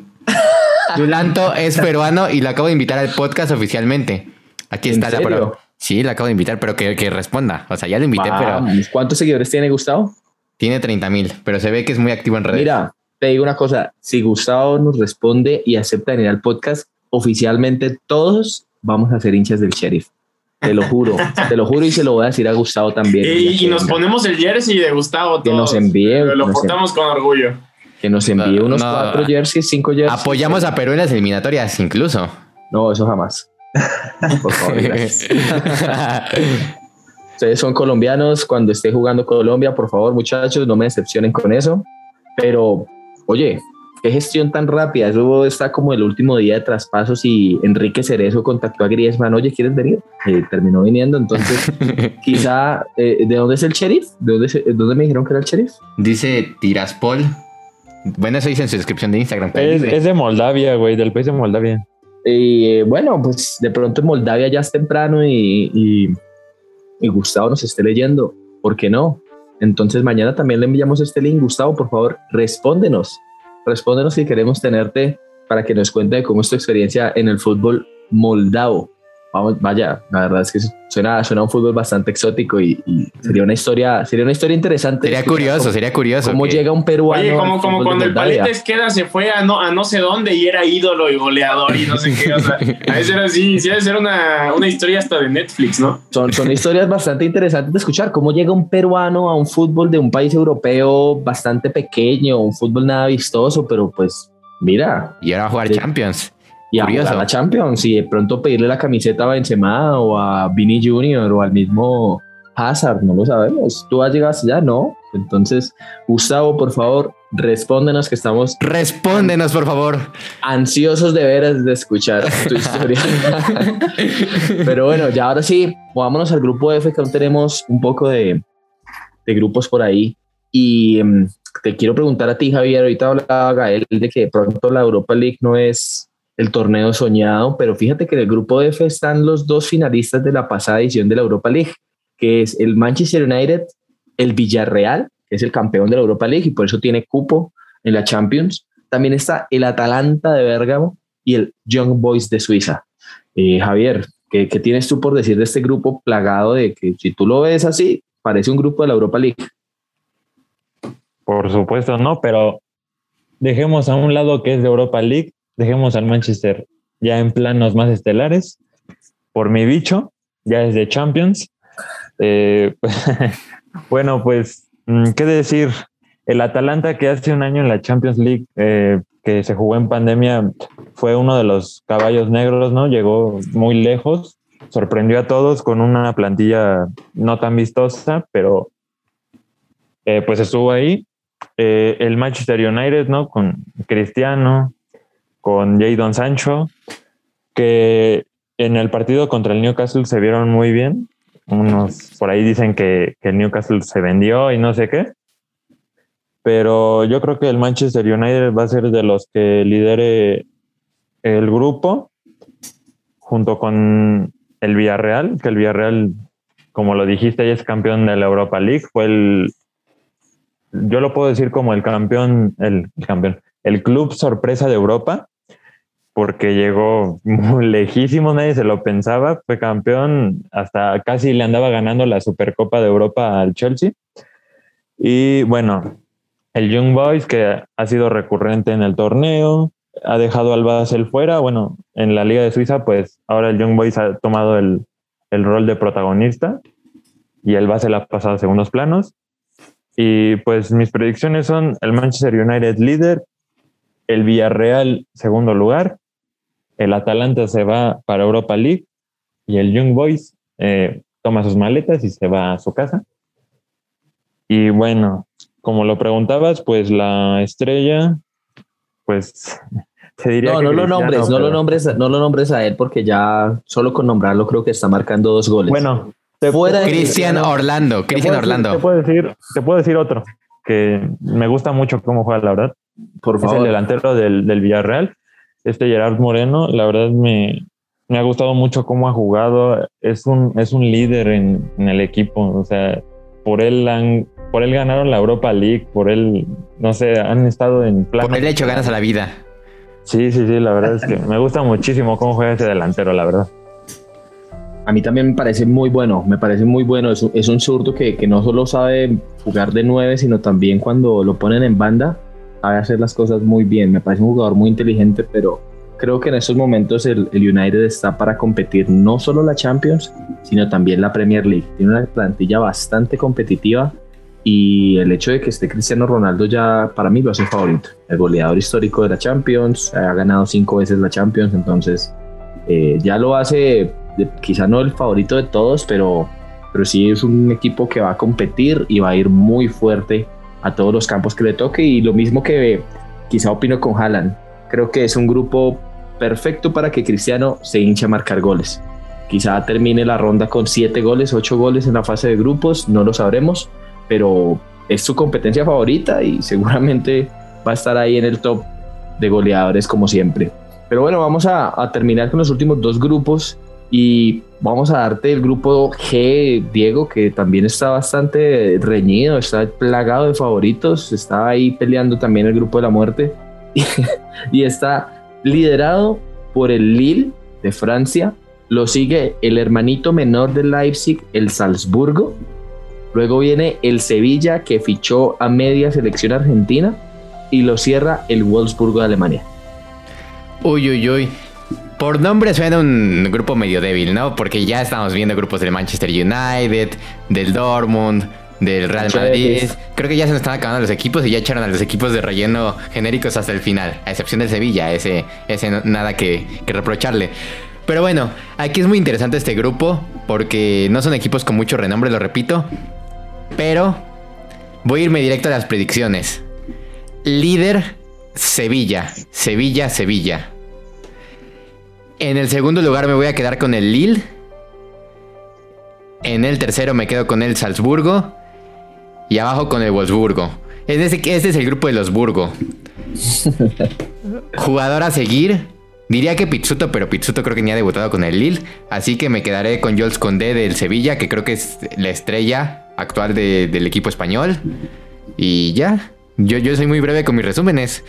Dulanto es peruano y lo acabo de invitar al podcast oficialmente. Aquí está la prueba. Sí, lo acabo de invitar, pero que responda. O sea, ya lo invité, pero... ¿Cuántos seguidores tiene Gustavo? Tiene 30,000, pero se ve que es muy activo en redes. Mira, te digo una cosa. Si Gustavo nos responde y acepta venir al podcast, oficialmente todos vamos a ser hinchas del Sheriff. Te lo juro y se lo voy a decir a Gustavo también. Y nos ponemos el jersey de Gustavo todos. Que nos envíe. Lo portamos con orgullo. Que nos envíe unos 4 jerseys, 5 jerseys. Apoyamos a Perú en las eliminatorias, incluso. No, eso jamás. Por favor, gracias. Ustedes son colombianos. Cuando esté jugando Colombia, por favor, muchachos, no me decepcionen con eso. Pero, oye, qué gestión tan rápida. Eso está como el último día de traspasos y Enrique Cerezo contactó a Griezmann. Oye, ¿quieres venir? Terminó viniendo. Entonces, quizá, ¿de dónde es el Sheriff? ¿Dónde me dijeron que era el Sheriff? Dice Tiraspol. Bueno, eso dice en su descripción de Instagram. Es de Moldavia, güey, del país de Moldavia. Y bueno, pues de pronto en Moldavia ya es temprano y Gustavo nos esté leyendo. ¿Por qué no? Entonces mañana también le enviamos este link. Gustavo, por favor, respóndenos si queremos tenerte para que nos cuente cómo es tu experiencia en el fútbol moldavo. Vamos, vaya, la verdad es que suena un fútbol bastante exótico y sería una historia interesante. Sería curioso. ¿Cómo llega un peruano? Oye, como cuando el Paletes Queda se fue a no sé dónde y era ídolo y goleador y no sé qué. O sea, a veces era así, sí debe ser una historia hasta de Netflix, ¿no? Son historias bastante interesantes de escuchar. ¿Cómo llega un peruano a un fútbol de un país europeo bastante pequeño, un fútbol nada vistoso, pero pues mira. Y ahora va a jugar Champions. Y a la Champions, y de pronto pedirle la camiseta a Benzema o a Vini Jr. o al mismo Hazard, no lo sabemos. ¿Tú has llegado hasta allá? No. Entonces, Gustavo, por favor, respóndenos que estamos... Respóndenos, por favor. Ansiosos de veras de escuchar tu historia. Pero bueno, ya ahora sí, movámonos al grupo F, que aún tenemos un poco de grupos por ahí. Y te quiero preguntar a ti, Javier, ahorita hablaba Gael de que de pronto la Europa League no es el torneo soñado, pero fíjate que en el grupo F están los 2 finalistas de la pasada edición de la Europa League, que es el Manchester United, el Villarreal, que es el campeón de la Europa League y por eso tiene cupo en la Champions. También está el Atalanta de Bérgamo y el Young Boys de Suiza. Javier, ¿qué tienes tú por decir de este grupo plagado de que si tú lo ves así, parece un grupo de la Europa League? Por supuesto, no, pero dejemos a un lado que es de Europa League. Dejemos al Manchester ya en planos más estelares. Por mi bicho, ya es de Champions. Bueno, pues, ¿qué decir? El Atalanta, que hace un año en la Champions League, que se jugó en pandemia, fue uno de los caballos negros, ¿no? Llegó muy lejos, sorprendió a todos con una plantilla no tan vistosa, pero pues estuvo ahí. El Manchester United, ¿no? Con Cristiano, con Jadon Sancho, que en el partido contra el Newcastle se vieron muy bien. Unos por ahí dicen que el Newcastle se vendió y no sé qué. Pero yo creo que el Manchester United va a ser de los que lidere el grupo, junto con el Villarreal, que el Villarreal, como lo dijiste, ya es campeón de la Europa League. Yo lo puedo decir como el club sorpresa de Europa, porque llegó muy lejísimo, nadie se lo pensaba, fue campeón, hasta casi le andaba ganando la Supercopa de Europa al Chelsea. Y bueno, el Young Boys, que ha sido recurrente en el torneo, ha dejado al Basel fuera. Bueno, en la Liga de Suiza, pues ahora el Young Boys ha tomado el rol de protagonista y el Basel ha pasado a segundos planos. Y pues mis predicciones son el Manchester United líder, el Villarreal segundo lugar, el Atalanta se va para Europa League y el Young Boys toma sus maletas y se va a su casa. Y bueno, como lo preguntabas, pues la estrella, pues te diría no lo nombres a él, porque ya solo con nombrarlo creo que está marcando 2 goles. Bueno, Cristian Orlando. Te puedo decir otro. que me gusta mucho cómo juega, la verdad. Por favor. Es el delantero del Villarreal, Gerard Moreno. La verdad me ha gustado mucho cómo ha jugado. Es un líder en el equipo. O sea, por él ganaron la Europa League, por él, no sé, han estado en plan. Por él le ha hecho ganas a la vida. Sí, la verdad es que me gusta muchísimo cómo juega ese delantero, la verdad. A mí también me parece muy bueno, es un zurdo que no solo sabe jugar de 9, sino también cuando lo ponen en banda, sabe hacer las cosas muy bien. Me parece un jugador muy inteligente, pero creo que en estos momentos el United está para competir no solo la Champions, sino también la Premier League. Tiene una plantilla bastante competitiva y el hecho de que esté Cristiano Ronaldo ya para mí lo hace favorito. El goleador histórico de la Champions, ha ganado 5 veces la Champions, entonces ya lo hace... quizá no el favorito de todos, pero sí es un equipo que va a competir y va a ir muy fuerte a todos los campos que le toque, y lo mismo que quizá opino con Haaland. Creo que es un grupo perfecto para que Cristiano se hinche a marcar goles. Quizá termine la ronda con 7 goles, 8 goles en la fase de grupos, no lo sabremos, pero es su competencia favorita y seguramente va a estar ahí en el top de goleadores como siempre. Pero bueno, vamos a terminar con los últimos 2 grupos. Y vamos a darte el grupo G, Diego, que también está bastante reñido, está plagado de favoritos, está ahí peleando también el grupo de la muerte y está liderado por el Lille de Francia, lo sigue el hermanito menor del Leipzig, el Salzburgo, luego viene el Sevilla, que fichó a media selección argentina, y lo cierra el Wolfsburgo de Alemania. Uy. Por nombre suena un grupo medio débil, ¿no? Porque ya estamos viendo grupos del Manchester United, del Dortmund, del Real Madrid. Creo que ya se nos están acabando los equipos y ya echaron a los equipos de relleno genéricos hasta el final. A excepción del Sevilla, ese nada que reprocharle. Pero bueno, aquí es muy interesante este grupo porque no son equipos con mucho renombre, lo repito. Pero voy a irme directo a las predicciones. Líder, Sevilla. En el segundo lugar me voy a quedar con el Lille. En el tercero me quedo con el Salzburgo. Y abajo con el Wolfsburgo. Este es el grupo de los Burgo. Jugador a seguir. Diría que Pizzuto, pero Pizzuto creo que ni ha debutado con el Lille. Así que me quedaré con Jules Koundé del Sevilla, que creo que es la estrella actual del equipo español. Y ya. Yo soy muy breve con mis resúmenes.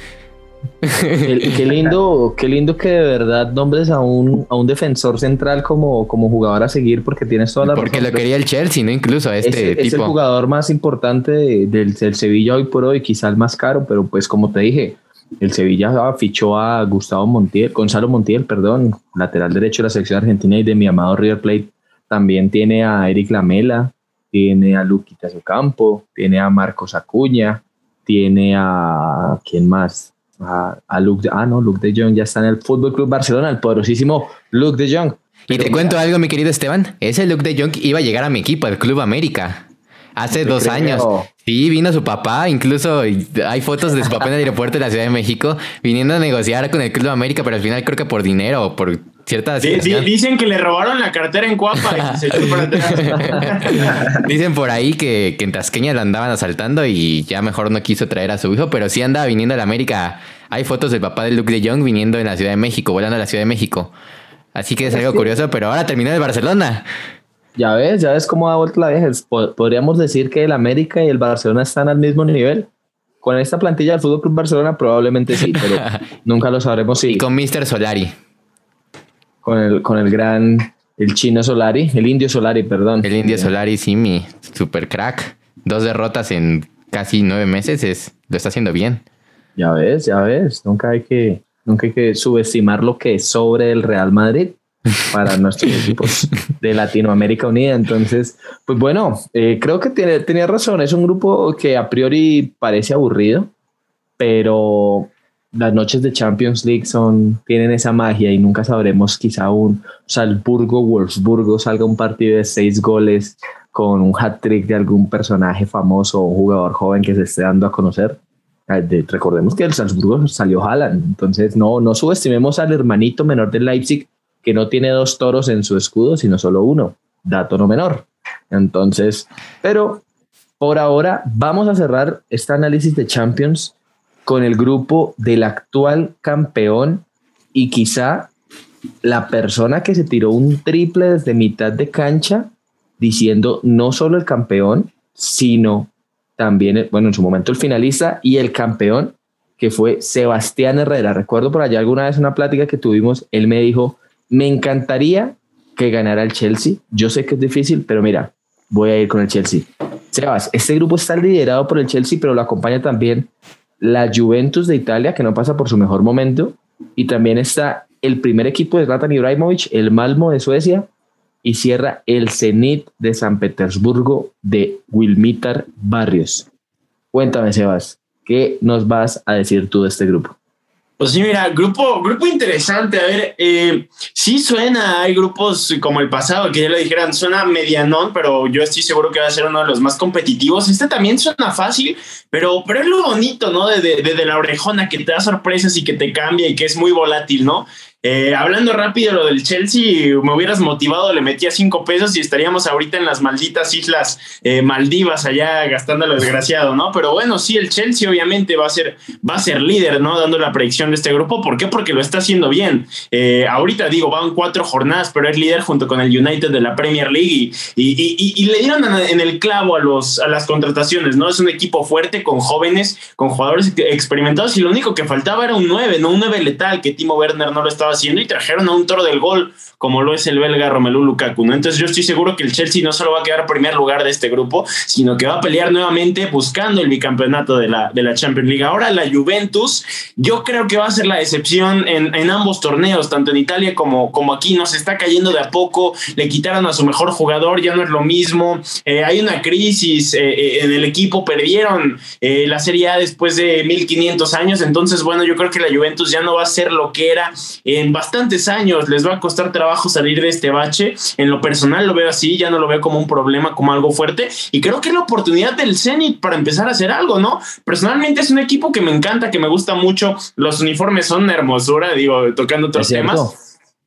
Qué lindo que de verdad nombres a un defensor central como jugador a seguir, porque tienes toda la razón. Porque lo quería el Chelsea, ¿no? Incluso a este tipo. Es el jugador más importante del Sevilla hoy por hoy, quizá el más caro, pero pues como te dije, el Sevilla fichó a Gonzalo Montiel, lateral derecho de la selección argentina y de mi amado River Plate. También tiene a Eric Lamela, tiene a Luquitas Ocampo, tiene a Marcos Acuña, tiene a... ¿quién más? Luke de Jong ya está en el Fútbol Club Barcelona, el poderosísimo Luke de Jong. Y te cuento algo, mi querido Esteban, ese Luke de Jong iba a llegar a mi equipo, al Club América, hace 2 años. Sí, vino su papá, incluso hay fotos de su papá en el aeropuerto de la Ciudad de México viniendo a negociar con el Club América, pero al final creo que por dinero o por cierta situación. Dicen que le robaron la cartera en Cuapa y se echó para atrás. Dicen por ahí que en Tasqueña lo andaban asaltando y ya mejor no quiso traer a su hijo, pero sí andaba viniendo a la América. Hay fotos del papá de Luke de Jong viniendo en la Ciudad de México, volando a la Ciudad de México. Así que es algo curioso, pero ahora terminó en Barcelona. Ya ves cómo ha vuelto la vieja. Podríamos decir que el América y el Barcelona están al mismo nivel. Con esta plantilla del Fútbol Club Barcelona probablemente sí, pero nunca lo sabremos si. Y con Mr. Solari. Con el chino Solari, el indio Solari, perdón. El indio Solari, sí, mi super crack. 2 derrotas en casi 9 meses, lo está haciendo bien. Ya ves. Nunca hay que subestimar lo que es sobre el Real Madrid para nuestros equipos de Latinoamérica Unida. Entonces, pues bueno, creo que tenía razón. Es un grupo que a priori parece aburrido, pero las noches de Champions League tienen esa magia y nunca sabremos, quizá un Salzburgo-Wolfsburgo salga un partido de 6 goles con un hat-trick de algún personaje famoso o un jugador joven que se esté dando a conocer. Recordemos que el Salzburgo salió Haaland, entonces no subestimemos al hermanito menor del Leipzig, que no tiene 2 toros en su escudo, sino solo uno, dato no menor. Entonces, pero por ahora vamos a cerrar este análisis de Champions con el grupo del actual campeón y quizá la persona que se tiró un triple desde mitad de cancha diciendo no solo el campeón, sino también, bueno, en su momento el finalista y el campeón, que fue Sebastián Herrera. Recuerdo por allá alguna vez una plática que tuvimos, él me dijo, me encantaría que ganara el Chelsea. Yo sé que es difícil, pero mira, voy a ir con el Chelsea. Sebas, este grupo está liderado por el Chelsea, pero lo acompaña también la Juventus de Italia, que no pasa por su mejor momento, y también está el primer equipo de Zlatan Ibrahimovic, el Malmö de Suecia, y cierra el Zenit de San Petersburgo de Wilmítar Barrios. Cuéntame, Sebas, ¿qué nos vas a decir tú de este grupo? Pues sí, mira, grupo interesante. A ver, sí suena, hay grupos como el pasado que ya le dijeran, suena medianón, pero yo estoy seguro que va a ser uno de los más competitivos. Este también suena fácil, pero es lo bonito, ¿no? De la orejona, que te da sorpresas y que te cambia y que es muy volátil, ¿no? Hablando rápido lo del Chelsea, me hubieras motivado, le metía 5 pesos y estaríamos ahorita en las malditas islas Maldivas allá gastando lo desgraciado, ¿no? Pero bueno, sí, el Chelsea obviamente va a ser líder, ¿no? Dando la predicción de este grupo. ¿Por qué? Porque lo está haciendo bien. Ahorita digo, van 4 jornadas, pero es líder junto con el United de la Premier League y le dieron en el clavo a las contrataciones, ¿no? Es un equipo fuerte con jóvenes, con jugadores experimentados y lo único que faltaba era un 9, ¿no? Un 9 letal que Timo Werner no lo estaba haciendo y trajeron a un toro del gol como lo es el belga Romelu Lukaku, ¿no? Entonces yo estoy seguro que el Chelsea no solo va a quedar primer lugar de este grupo, sino que va a pelear nuevamente buscando el bicampeonato de la Champions League. Ahora la Juventus, yo creo que va a ser la decepción en ambos torneos, tanto en Italia como aquí. Nos está cayendo de a poco, le quitaron a su mejor jugador, ya no es lo mismo, hay una crisis en el equipo, perdieron la Serie A después de 1500 años, entonces bueno, yo creo que la Juventus ya no va a ser lo que era en bastantes años, les va a costar trabajo salir de este bache. En lo personal lo veo así, ya no lo veo como un problema, como algo fuerte, y creo que es la oportunidad del Zenit para empezar a hacer algo, ¿no? Personalmente es un equipo que me encanta, que me gusta mucho, los uniformes son una hermosura, digo, tocando otros temas.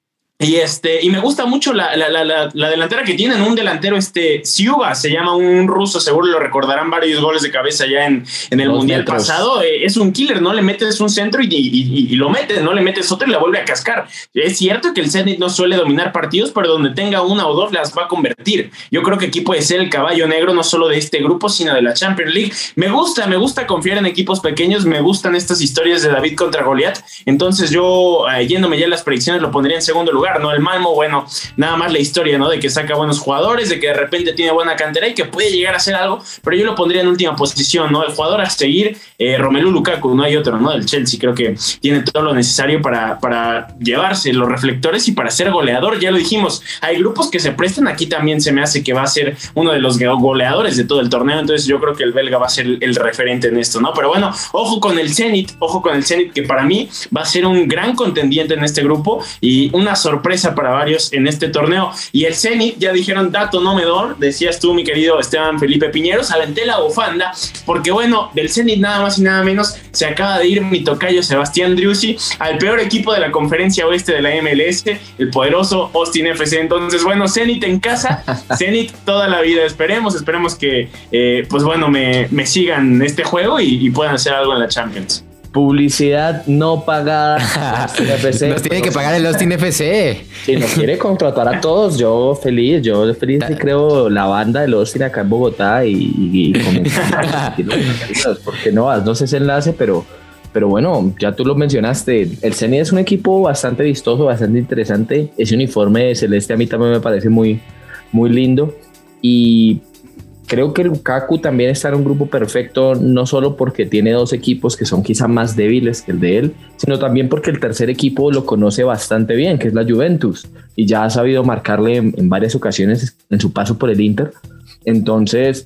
Y me gusta mucho la delantera que tienen, un delantero, Siuba, se llama, un ruso, seguro lo recordarán, varios goles de cabeza ya en el Mundial pasado. Es un killer, ¿no? Le metes un centro y lo metes, ¿no? Le metes otro y la vuelve a cascar. Es cierto que el Zenit no suele dominar partidos, pero donde tenga una o dos las va a convertir. Yo creo que aquí puede ser el caballo negro, no solo de este grupo, sino de la Champions League. Me gusta confiar en equipos pequeños, me gustan estas historias de David contra Goliat. Entonces yo, yéndome ya a las predicciones, lo pondría en segundo lugar, ¿no? El Malmö, bueno, nada más la historia, ¿no? De que saca buenos jugadores, de que de repente tiene buena cantera y que puede llegar a hacer algo, pero yo lo pondría en última posición, ¿no? El jugador a seguir, Romelu Lukaku, no hay otro, ¿no? Del Chelsea, creo que tiene todo lo necesario para llevarse los reflectores y para ser goleador, ya lo dijimos, hay grupos que se prestan, aquí también se me hace que va a ser uno de los goleadores de todo el torneo, entonces yo creo que el belga va a ser el referente en esto, ¿no? Pero bueno, ojo con el Zenit, que para mí va a ser un gran contendiente en este grupo y una sorpresa para varios en este torneo. Y el Zenit, ya dijeron, dato no menor, decías tú, mi querido Esteban Felipe Piñeros, aventé la bufanda, porque bueno, del Zenit nada más y nada menos se acaba de ir mi tocayo Sebastián Driussi al peor equipo de la conferencia oeste de la MLS, el poderoso Austin FC. Entonces bueno, Zenit en casa, Zenit toda la vida. Esperemos que pues bueno, me sigan este juego y puedan hacer algo en la Champions. Publicidad no pagada. FC, nos tiene que pagar el Austin FC. Si nos quiere contratar a todos, yo feliz y creo la banda del Austin acá en Bogotá y porque no sé ese enlace, pero bueno, ya tú lo mencionaste, el Zenit es un equipo bastante vistoso, bastante interesante. Ese uniforme de celeste a mí también me parece muy, muy lindo y creo que Lukaku también está en un grupo perfecto, no solo porque tiene dos equipos que son quizá más débiles que el de él, sino también porque el tercer equipo lo conoce bastante bien, que es la Juventus, y ya ha sabido marcarle en varias ocasiones en su paso por el Inter. Entonces,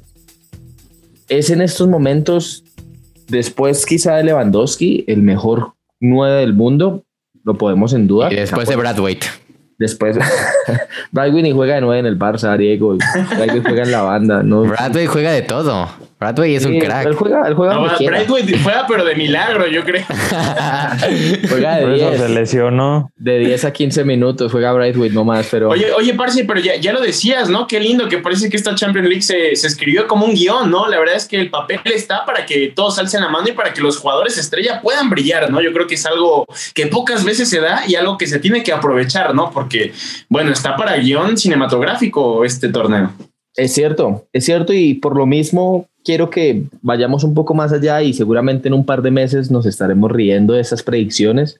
es en estos momentos, después quizá de Lewandowski, el mejor 9 del mundo, lo podemos en duda. Y después de Braithwaite. Después, Braithwaite juega de 9 en el Barça, Diego. Braithwaite juega en la banda. ¿No? Braithwaite juega de todo. Brightway es un crack. Él juega donde quiera. Brightway juega, pero de milagro, yo creo. Juega Por de eso 10. se lesionó. De 10 a 15 minutos juega Brightway nomás, pero... Oye, parce, pero ya lo decías, ¿no? Qué lindo que parece que esta Champions League se escribió como un guión, ¿no? La verdad es que el papel está para que todos alcen la mano y para que los jugadores estrella puedan brillar, ¿no? Yo creo que es algo que pocas veces se da y algo que se tiene que aprovechar, ¿no? Porque, bueno, está para guión cinematográfico este torneo. Es cierto, y por lo mismo quiero que vayamos un poco más allá y seguramente en un par de meses nos estaremos riendo de esas predicciones.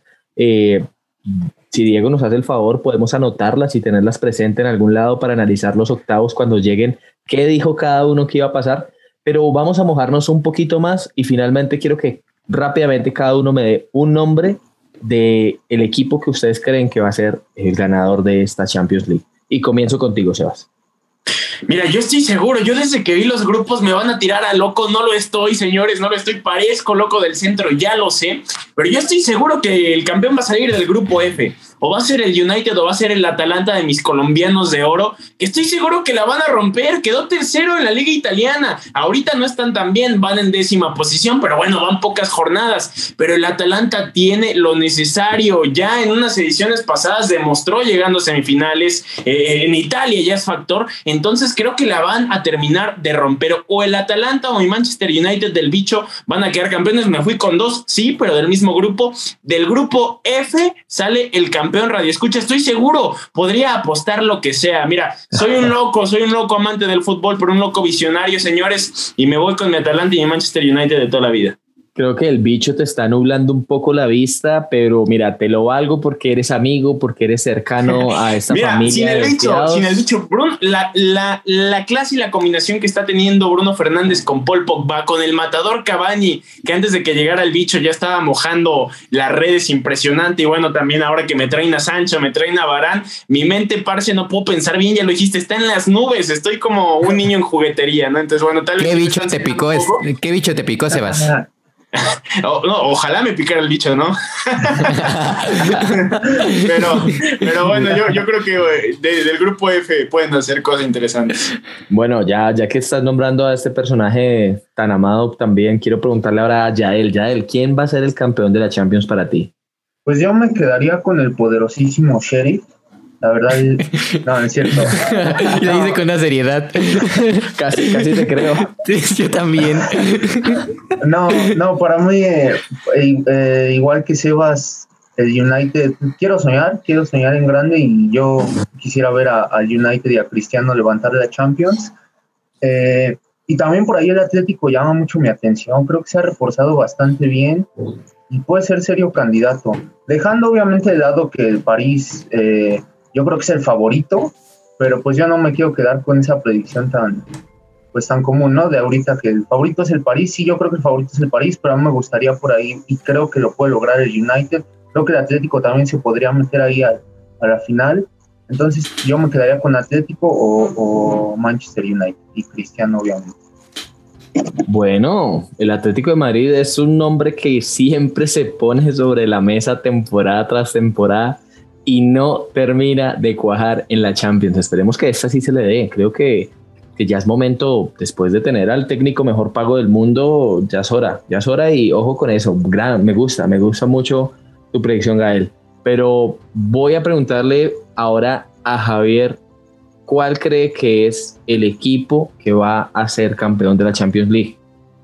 Si Diego nos hace el favor, podemos anotarlas y tenerlas presentes en algún lado para analizar los octavos cuando lleguen, qué dijo cada uno que iba a pasar, pero vamos a mojarnos un poquito más y finalmente quiero que rápidamente cada uno me dé un nombre del equipo que ustedes creen que va a ser el ganador de esta Champions League. Y comienzo contigo, Sebas. Mira, yo estoy seguro, yo desde que vi los grupos me van a tirar a loco, no lo estoy, señores, no lo estoy, parezco loco del centro, ya lo sé, pero yo estoy seguro que el campeón va a salir del grupo F, o va a ser el United o va a ser el Atalanta de mis colombianos de oro, que estoy seguro que la van a romper, quedó tercero en la liga italiana, ahorita no están tan bien, van en 10ª posición, pero bueno, van pocas jornadas, pero el Atalanta tiene lo necesario, ya en unas ediciones pasadas demostró llegando a semifinales, en Italia ya es factor, entonces creo que la van a terminar de romper, o el Atalanta o el Manchester United del bicho van a quedar campeones, me fui con 2, sí, pero del mismo grupo, del grupo F sale el campeón Radio Escucha, estoy seguro, podría apostar lo que sea, mira, soy un loco amante del fútbol, pero un loco visionario, señores, y me voy con mi Atalanta y mi Manchester United de toda la vida. Creo que el bicho te está nublando un poco la vista, pero mira, te lo valgo porque eres amigo, porque eres cercano a esta mira, familia. Sin el bicho, Bruno, la clase y la combinación que está teniendo Bruno Fernández con Paul Pogba, con el matador Cavani, que antes de que llegara el bicho ya estaba mojando las redes impresionante, y bueno, también ahora que me traen a Sancho, me traen a Varane, mi mente, parce, no puedo pensar bien, ya lo dijiste, está en las nubes, estoy como un niño en juguetería, ¿no? Entonces, bueno, tal vez... ¿Qué bicho te picó, Sebas? Ojalá me picara el bicho, ¿no? pero bueno, yo creo que del grupo F pueden hacer cosas interesantes. Bueno, ya que estás nombrando a este personaje tan amado también, quiero preguntarle ahora a Yael. Yael, ¿quién va a ser el campeón de la Champions para ti? Pues yo me quedaría con el poderosísimo Sheriff. La verdad, no es cierto. Lo dice con una seriedad. Casi te creo. Sí, yo también. No, para mí, igual que Sebas, el United, quiero soñar en grande y yo quisiera ver al United y a Cristiano levantar la Champions. Y también por ahí el Atlético llama mucho mi atención, creo que se ha reforzado bastante bien y puede ser serio candidato. Dejando obviamente de lado que el París... yo creo que es el favorito, pero pues yo no me quiero quedar con esa predicción tan común, ¿no? De ahorita que el favorito es el París. Sí, yo creo que el favorito es el París, pero a mí me gustaría por ahí, y creo que lo puede lograr el United. Creo que el Atlético también se podría meter ahí a la final. Entonces yo me quedaría con Atlético o Manchester United y Cristiano, obviamente. Bueno, el Atlético de Madrid es un nombre que siempre se pone sobre la mesa temporada tras temporada y no termina de cuajar en la Champions. Esperemos que esta sí se le dé. Creo que ya es momento, después de tener al técnico mejor pago del mundo, ya es hora y ojo con eso. Me gusta mucho tu predicción, Gael. Pero voy a preguntarle ahora a Javier, ¿cuál cree que es el equipo que va a ser campeón de la Champions League?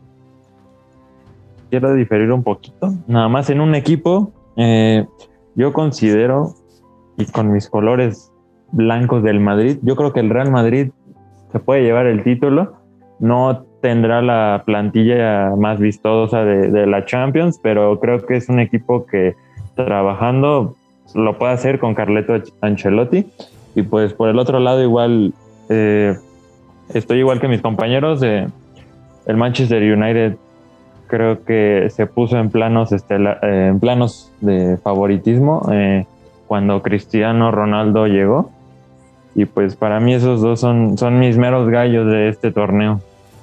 Quiero diferir un poquito. Nada más en un equipo, yo considero, y con mis colores blancos del Madrid, yo creo que el Real Madrid se puede llevar el título. No tendrá la plantilla más vistosa de la Champions, pero creo que es un equipo que trabajando lo puede hacer con Carleto Ancelotti. Y pues por el otro lado igual estoy igual que mis compañeros. El Manchester United creo que se puso en planos de favoritismo cuando Cristiano Ronaldo llegó, y pues para mí esos dos son mis meros gallos de este torneo.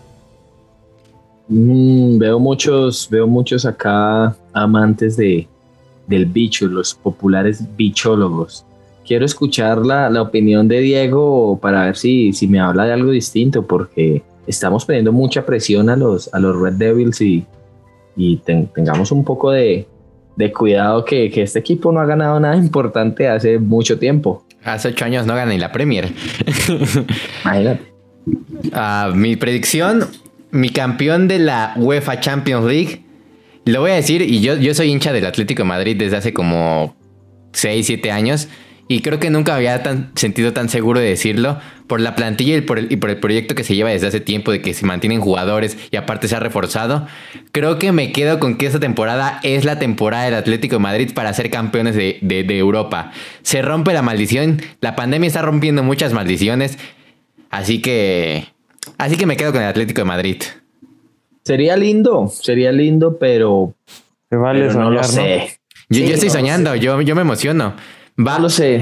Veo muchos acá amantes del bicho, los populares bichólogos. Quiero escuchar la opinión de Diego para ver si me habla de algo distinto, porque estamos poniendo mucha presión a los Red Devils y tengamos un poco de cuidado que este equipo no ha ganado nada importante hace mucho tiempo. Hace 8 años no gana ni la Premier. Imagínate. Mi predicción, mi campeón de la UEFA Champions League, lo voy a decir, y yo soy hincha del Atlético de Madrid desde hace como 6, 7 años, y creo que nunca había sentido tan seguro de decirlo por la plantilla y por el proyecto que se lleva desde hace tiempo, de que se mantienen jugadores y aparte se ha reforzado. Creo que me quedo con que esta temporada es la temporada del Atlético de Madrid para ser campeones de Europa. Se rompe la maldición, la pandemia está rompiendo muchas maldiciones, así que me quedo con el Atlético de Madrid. Sería lindo, pero... Te vale pero soñar, no lo sé. Yo estoy soñando, yo me emociono. No lo sé.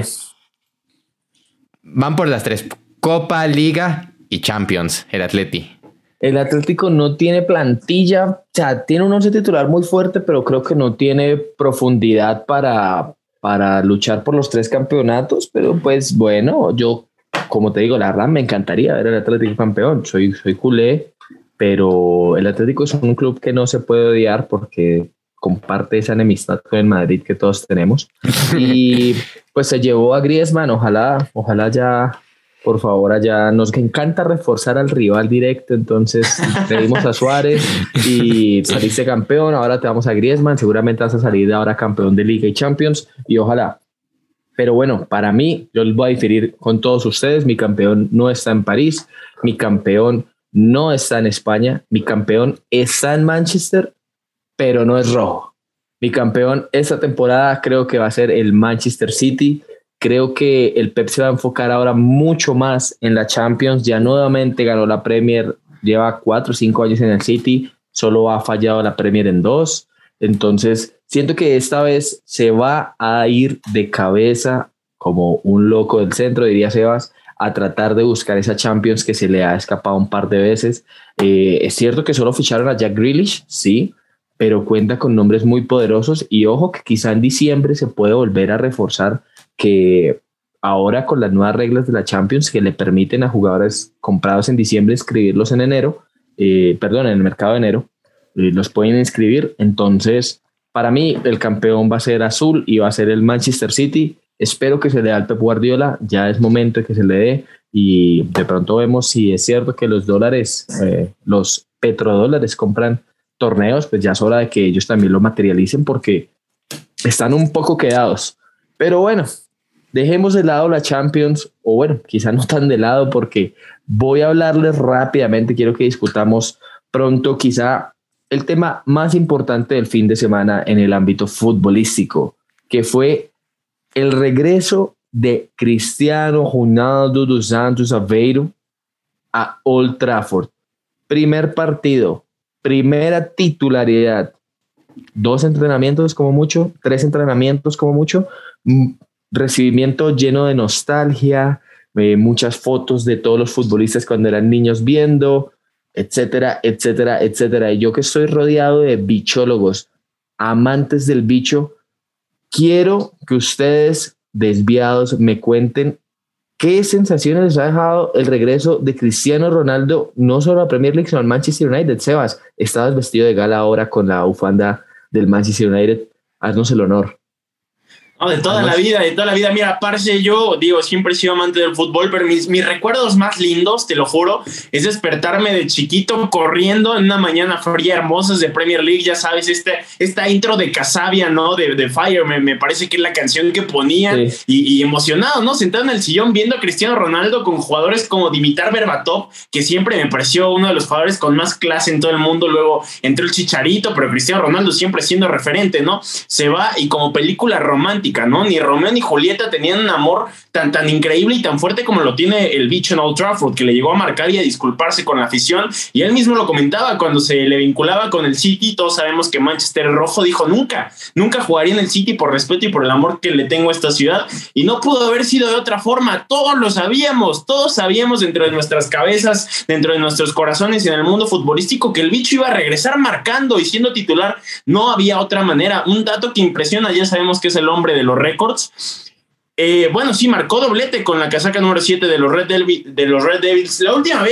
Van por las 3: Copa, Liga y Champions, el Atleti. El Atlético no tiene plantilla, o sea, tiene un once titular muy fuerte, pero creo que no tiene profundidad para luchar por los 3 campeonatos. Pero pues bueno, yo, como te digo, la verdad me encantaría ver al Atlético campeón. Soy culé, pero el Atlético es un club que no se puede odiar porque comparte esa enemistad con el Madrid que todos tenemos. Y pues se llevó a Griezmann. Ojalá ya, por favor, allá nos encanta reforzar al rival directo. Entonces pedimos a Suárez y saliste campeón, ahora te vamos a Griezmann, seguramente vas a salir ahora campeón de Liga y Champions, y ojalá. Pero bueno, para mí, yo les voy a diferir con todos ustedes. Mi campeón no está en París, mi campeón no está en España, mi campeón está en Manchester, pero no es rojo. Mi campeón esta temporada creo que va a ser el Manchester City. Creo que el Pep se va a enfocar ahora mucho más en la Champions. Ya nuevamente ganó la Premier, lleva 4 o 5 años en el City, solo ha fallado la Premier en 2. Entonces siento que esta vez se va a ir de cabeza como un loco del centro, diría Sebas, a tratar de buscar esa Champions que se le ha escapado un par de veces. Es cierto que solo ficharon a Jack Grealish, sí, pero cuenta con nombres muy poderosos, y ojo que quizá en diciembre se puede volver a reforzar, que ahora con las nuevas reglas de la Champions que le permiten a jugadores comprados en diciembre inscribirlos en enero, en el mercado de enero, los pueden inscribir. Entonces, para mí el campeón va a ser azul y va a ser el Manchester City. Espero que se le dé al Pep Guardiola, ya es momento de que se le dé, y de pronto vemos si es cierto que los dólares, los petrodólares compran torneos, pues ya es hora de que ellos también lo materialicen porque están un poco quedados. Pero bueno, dejemos de lado la Champions, o bueno, quizá no tan de lado, porque voy a hablarles rápidamente, quiero que discutamos pronto quizá el tema más importante del fin de semana en el ámbito futbolístico, que fue el regreso de Cristiano Ronaldo dos Santos Aveiro a Old Trafford. Primer partido, primera titularidad, 2 entrenamientos como mucho, 3 entrenamientos como mucho, recibimiento lleno de nostalgia, muchas fotos de todos los futbolistas cuando eran niños viendo, etcétera, etcétera, etcétera. Y yo que estoy rodeado de bichólogos, amantes del bicho, quiero que ustedes, desviados, me cuenten qué sensaciones les ha dejado el regreso de Cristiano Ronaldo, no solo a Premier League, sino al Manchester United. Sebas, estabas vestido de gala ahora con la bufanda del Manchester United. Haznos el honor. No, de toda la vida. Mira, parce, yo digo, siempre he sido amante del fútbol, pero mis recuerdos más lindos, te lo juro, es despertarme de chiquito corriendo en una mañana fría, hermosas de Premier League. Ya sabes, esta intro de Casabia, ¿no? De Fire, me parece que es la canción que ponían, sí. y emocionado, ¿no? Sentado en el sillón viendo a Cristiano Ronaldo con jugadores como Dimitar Berbatov, que siempre me pareció uno de los jugadores con más clase en todo el mundo. Luego entró el Chicharito, pero Cristiano Ronaldo siempre siendo referente, ¿no? Se va, y como película romántica, ¿no? Ni Romeo ni Julieta tenían un amor tan increíble y tan fuerte como lo tiene el bicho en Old Trafford, que le llegó a marcar y a disculparse con la afición, y él mismo lo comentaba cuando se le vinculaba con el City. Todos sabemos que Manchester rojo, dijo nunca jugaría en el City por respeto y por el amor que le tengo a esta ciudad, y no pudo haber sido de otra forma. Todos sabíamos dentro de nuestras cabezas, dentro de nuestros corazones y en el mundo futbolístico, que el bicho iba a regresar marcando y siendo titular. No había otra manera. Un dato que impresiona, ya sabemos que es el hombre de los récords. Bueno, sí, marcó doblete con la casaca número 7 de los Red Devils. La última vez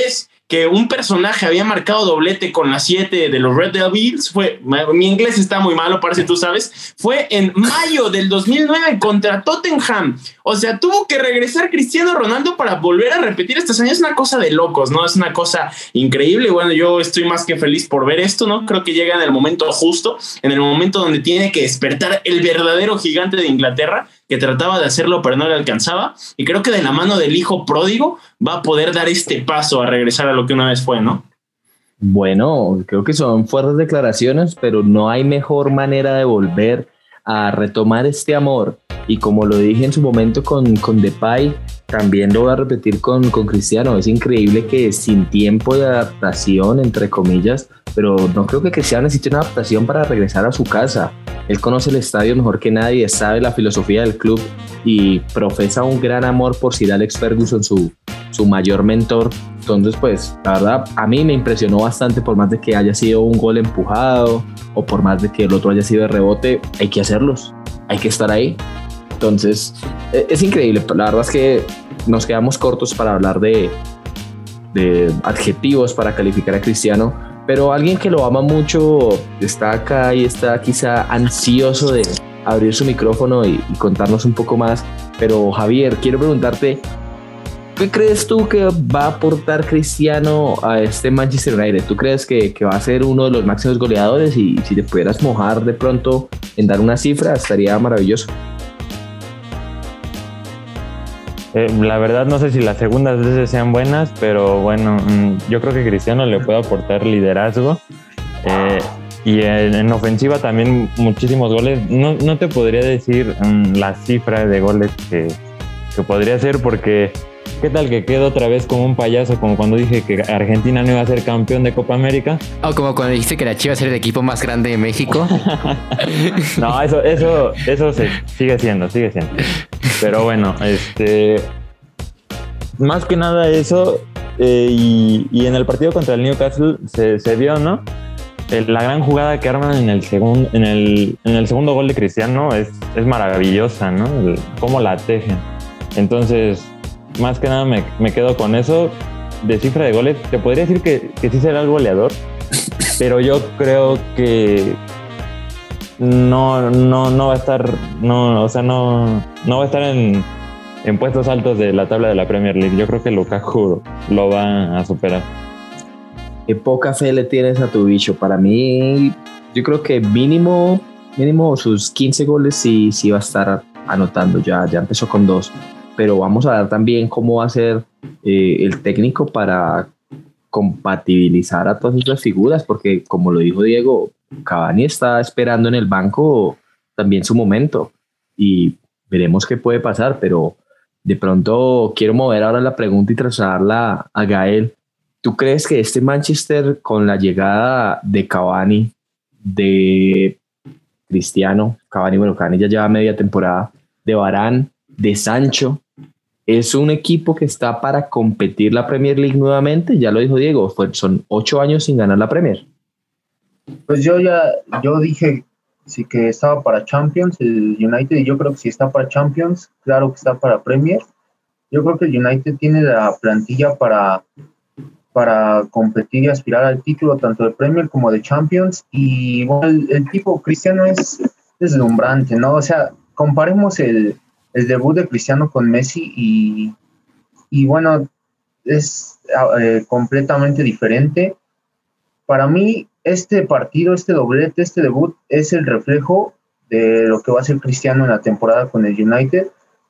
que un personaje había marcado doblete con la 7 de los Red Devils, mi inglés está muy malo, parece, tú sabes, fue en mayo del 2009 contra Tottenham. O sea, tuvo que regresar Cristiano Ronaldo para volver a repetir esta hazaña. Es una cosa de locos, ¿no? Es una cosa increíble. Bueno, yo estoy más que feliz por ver esto, ¿no? Creo que llega en el momento justo, en el momento donde tiene que despertar el verdadero gigante de Inglaterra, que trataba de hacerlo pero no le alcanzaba, y creo que de la mano del hijo pródigo va a poder dar este paso a regresar a lo que una vez fue, ¿no? Bueno, creo que son fuertes declaraciones, pero no hay mejor manera de volver a retomar este amor. Y como lo dije en su momento con Depay, también lo voy a repetir con Cristiano. Es increíble que sin tiempo de adaptación, entre comillas, pero no creo que Cristiano necesite una adaptación para regresar a su casa. Él conoce el estadio mejor que nadie, sabe la filosofía del club y profesa un gran amor por Sir Alex Ferguson, su mayor mentor. Entonces, pues, la verdad, a mí me impresionó bastante, por más de que haya sido un gol empujado o por más de que el otro haya sido de rebote, hay que hacerlos, hay que estar ahí. Entonces, es increíble. La verdad es que nos quedamos cortos para hablar de adjetivos para calificar a Cristiano, pero alguien que lo ama mucho está acá y está quizá ansioso de abrir su micrófono y contarnos un poco más. Pero Javier, quiero preguntarte, ¿qué crees tú que va a aportar Cristiano a este Manchester United? ¿Tú crees que va a ser uno de los máximos goleadores? Y si te pudieras mojar de pronto en dar una cifra, estaría maravilloso. La verdad no sé si las segundas veces sean buenas, pero bueno, yo creo que Cristiano le puede aportar liderazgo y en ofensiva también muchísimos goles. No te podría decir la cifra de goles que podría ser, porque ¿qué tal que quede otra vez como un payaso, como cuando dije que Argentina no iba a ser campeón de Copa América? O como cuando dijiste que la Chivas era el equipo más grande de México. No, eso sigue siendo. Pero bueno, más que nada eso, y en el partido contra el Newcastle se vio, ¿no? La gran jugada que arman en el segundo gol de Cristiano es maravillosa, ¿no? Cómo la tejen. Entonces, más que nada me quedo con eso. De cifra de goles, te podría decir que sí será el goleador, pero yo creo que no va a estar, no va a estar en puestos altos de la tabla de la Premier League. Yo creo que Lukaku lo va a superar. Qué poca fe le tienes a tu bicho. Para mí, yo creo que mínimo sus 15 goles sí va a estar anotando. Ya empezó con 2. Pero vamos a ver también cómo va a ser el técnico para compatibilizar a todas estas figuras, porque como lo dijo Diego, Cavani está esperando en el banco también su momento y veremos qué puede pasar. Pero de pronto quiero mover ahora la pregunta y trasladarla a Gael. ¿Tú crees que este Manchester, con la llegada de Cavani, de Cristiano, Cavani ya lleva media temporada, de Varane, de Sancho, es un equipo que está para competir la Premier League nuevamente? Ya lo dijo Diego, son 8 años sin ganar la Premier. Pues yo dije sí que estaba para Champions el United, y yo creo que si está para Champions, claro que está para Premier. Yo creo que el United tiene la plantilla para competir y aspirar al título tanto de Premier como de Champions. Y bueno, el tipo Cristiano es deslumbrante, ¿no? O sea, comparemos el debut de Cristiano con Messi y bueno, es completamente diferente. Para mí, este partido, este doblete, este debut es el reflejo de lo que va a ser Cristiano en la temporada con el United.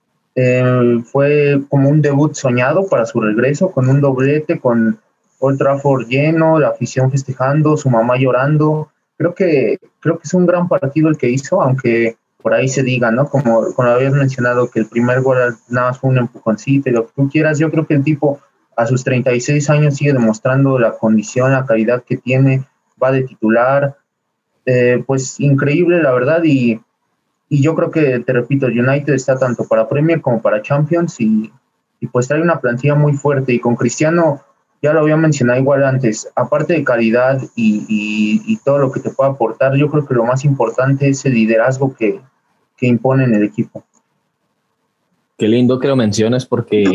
Fue como un debut soñado para su regreso, con un doblete, con Old Trafford lleno, la afición festejando, su mamá llorando. Creo que es un gran partido el que hizo, aunque por ahí se diga, ¿no? Como habías mencionado, que el primer gol nada más fue un empujoncito y lo que tú quieras. Yo creo que el tipo a sus 36 años sigue demostrando la condición, la calidad que tiene, va de titular. Pues increíble, la verdad, y yo creo que, te repito, el United está tanto para Premier como para Champions y pues trae una plantilla muy fuerte. Y con Cristiano, ya lo había mencionado igual antes, aparte de calidad y todo lo que te puede aportar, yo creo que lo más importante es el liderazgo que impone en el equipo. Qué lindo que lo menciones, porque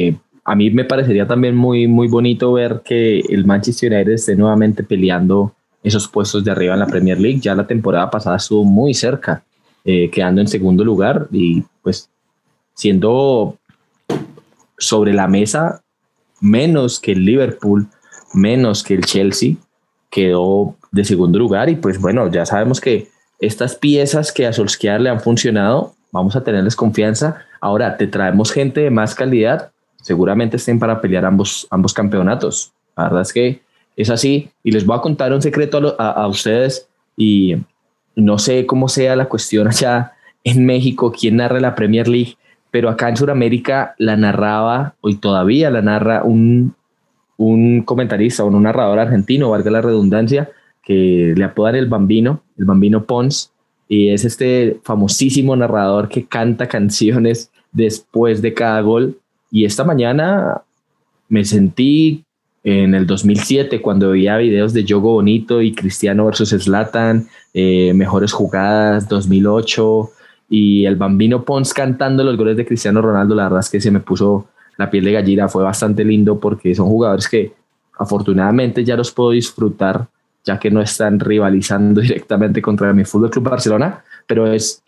a mí me parecería también muy, muy bonito ver que el Manchester United esté nuevamente peleando esos puestos de arriba en la Premier League. Ya la temporada pasada estuvo muy cerca, quedando en segundo lugar y pues siendo sobre la mesa menos que el Liverpool, menos que el Chelsea, quedó de segundo lugar. Y pues bueno, ya sabemos que estas piezas que a Solskjaer le han funcionado, vamos a tenerles confianza. Ahora te traemos gente de más calidad, seguramente estén para pelear ambos campeonatos. La verdad es que es así. Y les voy a contar un secreto a ustedes, y no sé cómo sea la cuestión allá en México, quién narra la Premier League, pero acá en Sudamérica la narraba, y todavía la narra un comentarista o un narrador argentino, valga la redundancia, que le apodan el Bambino Pons, y es este famosísimo narrador que canta canciones después de cada gol. Y esta mañana me sentí en el 2007 cuando veía videos de Yogo Bonito y Cristiano versus Zlatan, mejores jugadas 2008, y el Bambino Pons cantando los goles de Cristiano Ronaldo. La verdad es que se me puso la piel de gallina, fue bastante lindo porque son jugadores que afortunadamente ya los puedo disfrutar, ya que no están rivalizando directamente contra mi Fútbol Club Barcelona, pero es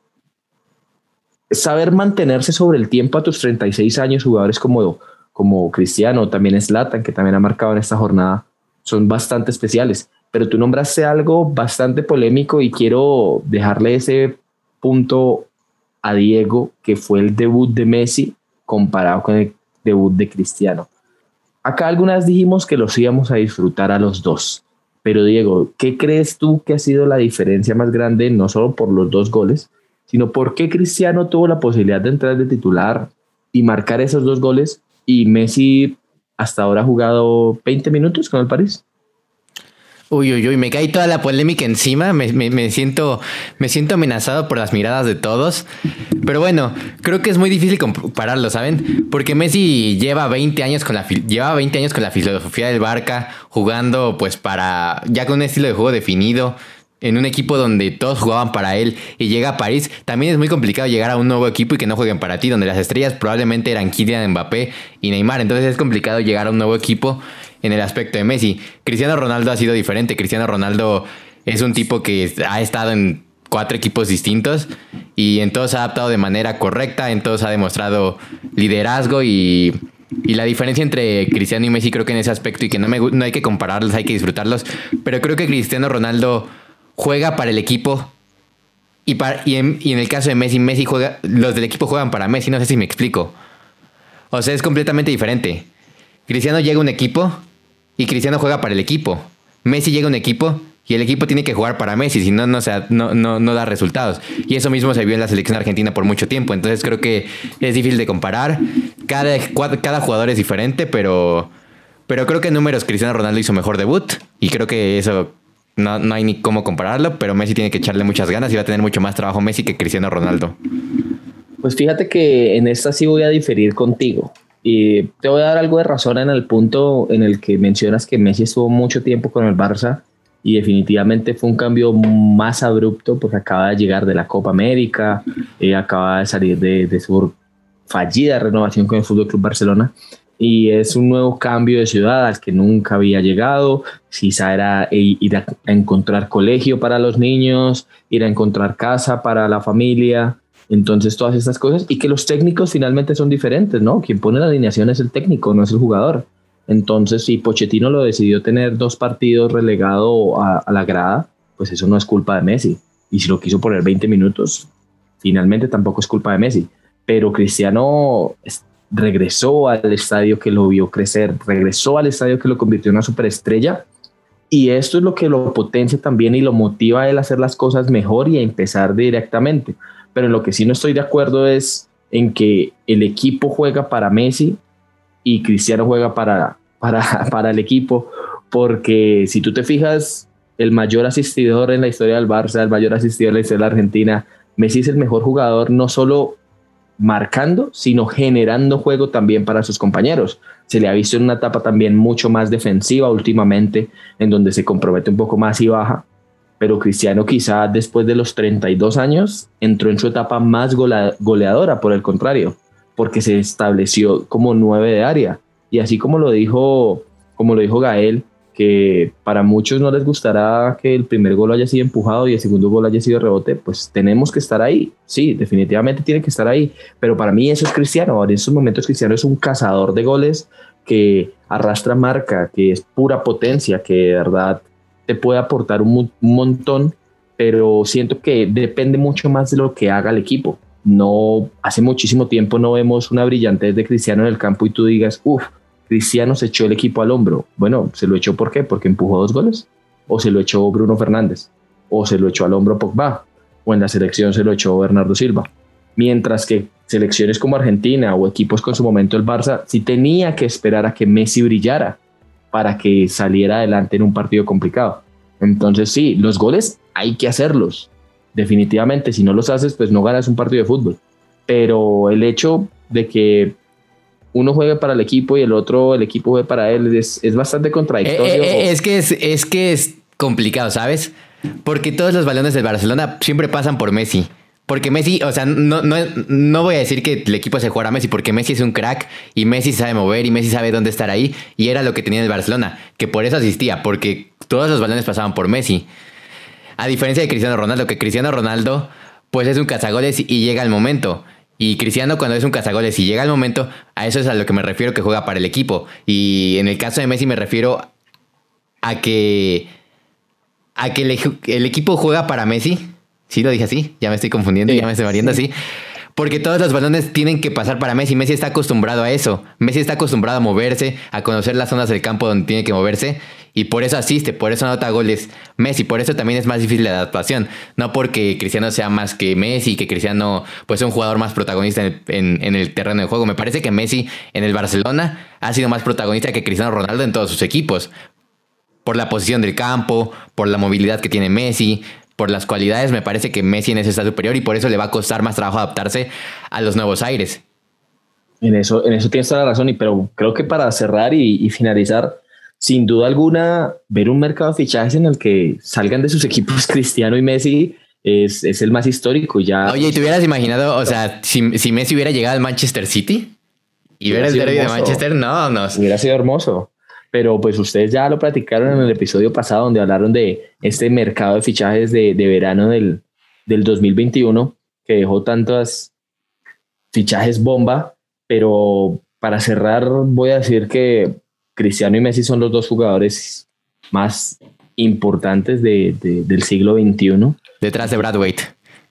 saber mantenerse sobre el tiempo a tus 36 años. Jugadores como Cristiano, también Zlatan, que también ha marcado en esta jornada, son bastante especiales. Pero tú nombraste algo bastante polémico y quiero dejarle ese punto a Diego, que fue el debut de Messi comparado con el debut de Cristiano. Acá algunas dijimos que los íbamos a disfrutar a los dos, pero Diego, ¿qué crees tú que ha sido la diferencia más grande, no solo por los 2 goles, sino por qué Cristiano tuvo la posibilidad de entrar de titular y marcar esos 2 goles y Messi hasta ahora ha jugado 20 minutos con el París? Uy, me cae toda la polémica encima, me siento amenazado por las miradas de todos, pero bueno, creo que es muy difícil compararlo, ¿saben? Porque Messi lleva 20 años con la filosofía del Barça, jugando pues ya con un estilo de juego definido, en un equipo donde todos jugaban para él, y llega a París. También es muy complicado llegar a un nuevo equipo y que no jueguen para ti, donde las estrellas probablemente eran Kylian Mbappé y Neymar, entonces es complicado llegar a un nuevo equipo en el aspecto de Messi. Cristiano Ronaldo ha sido diferente. Cristiano Ronaldo es un tipo que ha estado en 4 equipos distintos y en todos se ha adaptado de manera correcta, en todos ha demostrado liderazgo, y la diferencia entre Cristiano y Messi creo que en ese aspecto, y que no hay que compararlos, hay que disfrutarlos, pero creo que Cristiano Ronaldo juega para el equipo y en el caso de Messi juega, los del equipo juegan para Messi, no sé si me explico. O sea, es completamente diferente. Cristiano llega a un equipo y Cristiano juega para el equipo. Messi llega a un equipo y el equipo tiene que jugar para Messi, si no, no da resultados. Y eso mismo se vio en la selección argentina por mucho tiempo. Entonces creo que es difícil de comparar. Cada jugador es diferente, pero creo que en números Cristiano Ronaldo hizo mejor debut y creo que eso no hay ni cómo compararlo, pero Messi tiene que echarle muchas ganas y va a tener mucho más trabajo Messi que Cristiano Ronaldo. Pues fíjate que en esta sí voy a diferir contigo. Y te voy a dar algo de razón en el punto en el que mencionas que Messi estuvo mucho tiempo con el Barça y definitivamente fue un cambio más abrupto porque acaba de llegar de la Copa América, acaba de salir de su fallida renovación con el Fútbol Club Barcelona, y es un nuevo cambio de ciudad al que nunca había llegado. Quizá era ir a encontrar colegio para los niños, ir a encontrar casa para la familia. Entonces todas estas cosas, y que los técnicos finalmente son diferentes, ¿no? Quien pone la alineación es el técnico, no es el jugador. Entonces si Pochettino lo decidió tener 2 partidos relegado a la grada, pues eso no es culpa de Messi. Y si lo quiso poner 20 minutos, finalmente tampoco es culpa de Messi. Pero Cristiano regresó al estadio que lo vio crecer, regresó al estadio que lo convirtió en una superestrella, y esto es lo que lo potencia también y lo motiva a él a hacer las cosas mejor y a empezar directamente. Pero en lo que sí no estoy de acuerdo es en que el equipo juega para Messi y Cristiano juega para el equipo, porque si tú te fijas, el mayor asistidor en la historia del Barça, el mayor asistidor en la historia de la Argentina, Messi es el mejor jugador no solo marcando, sino generando juego también para sus compañeros. Se le ha visto en una etapa también mucho más defensiva últimamente, en donde se compromete un poco más y baja. Pero Cristiano quizá después de los 32 años entró en su etapa más goleadora, por el contrario. porque se estableció como 9 de área. Y así como lo dijo Gael, que para muchos no les gustará que el primer gol haya sido empujado y el segundo gol haya sido rebote, pues tenemos que estar ahí. Sí, definitivamente tiene que estar ahí. Pero para mí eso es Cristiano. En estos momentos Cristiano es un cazador de goles que arrastra marca, que es pura potencia, que de verdad te puede aportar un montón, pero siento que depende mucho más de lo que haga el equipo. No, hace muchísimo tiempo no vemos una brillantez de Cristiano en el campo y tú digas, Cristiano se echó el equipo al hombro. Bueno, ¿se lo echó por qué? ¿Porque empujó 2 goles? ¿O se lo echó Bruno Fernández? ¿O se lo echó al hombro Pogba? ¿O en la selección se lo echó Bernardo Silva? Mientras que selecciones como Argentina o equipos con su momento el Barça, sí tenía que esperar a que Messi brillara para que saliera adelante en un partido complicado. Entonces sí, los goles hay que hacerlos. Definitivamente, si no los haces, pues no ganas un partido de fútbol. Pero el hecho de que uno juegue para el equipo y el equipo juegue para él es bastante contradictorio. Es que es complicado, ¿sabes? Porque todos los balones del Barcelona siempre pasan por Messi. Porque Messi, o sea, no voy a decir que el equipo se jugara a Messi, porque Messi es un crack y Messi sabe mover y Messi sabe dónde estar ahí, y era lo que tenía el Barcelona, que por eso asistía, porque todos los balones pasaban por Messi. A diferencia de Cristiano Ronaldo, que Cristiano Ronaldo pues es un cazagoles y llega al momento. Y Cristiano, cuando es un cazagoles y llega al momento, a eso es a lo que me refiero, que juega para el equipo. Y en el caso de Messi me refiero a que el equipo juega para Messi. Sí, lo dije así, ya me estoy confundiendo, ya me estoy variando así. Porque todos los balones tienen que pasar para Messi. Messi está acostumbrado a eso. Messi está acostumbrado a moverse, a conocer las zonas del campo donde tiene que moverse. Y por eso asiste, por eso anota goles Messi. Por eso también es más difícil la adaptación. No porque Cristiano sea más que Messi, que Cristiano pues es un jugador más protagonista en el terreno de juego. Me parece que Messi en el Barcelona ha sido más protagonista que Cristiano Ronaldo en todos sus equipos. Por la posición del campo, por la movilidad que tiene Messi, por las cualidades, me parece que Messi en eso está superior y por eso le va a costar más trabajo adaptarse a los nuevos aires. En eso tienes toda la razón, pero creo que para cerrar y finalizar, sin duda alguna, ver un mercado de fichajes en el que salgan de sus equipos Cristiano y Messi es el más histórico. Ya. Oye, ¿y te hubieras imaginado, o sea, si Messi hubiera llegado al Manchester City y ver el derbi de Manchester? No. Hubiera sido hermoso. Pero pues ustedes ya lo platicaron en el episodio pasado donde hablaron de este mercado de fichajes de verano del 2021 que dejó tantos fichajes bomba, pero para cerrar voy a decir que Cristiano y Messi son los 2 jugadores más importantes del siglo XXI. Detrás de Brad Waite.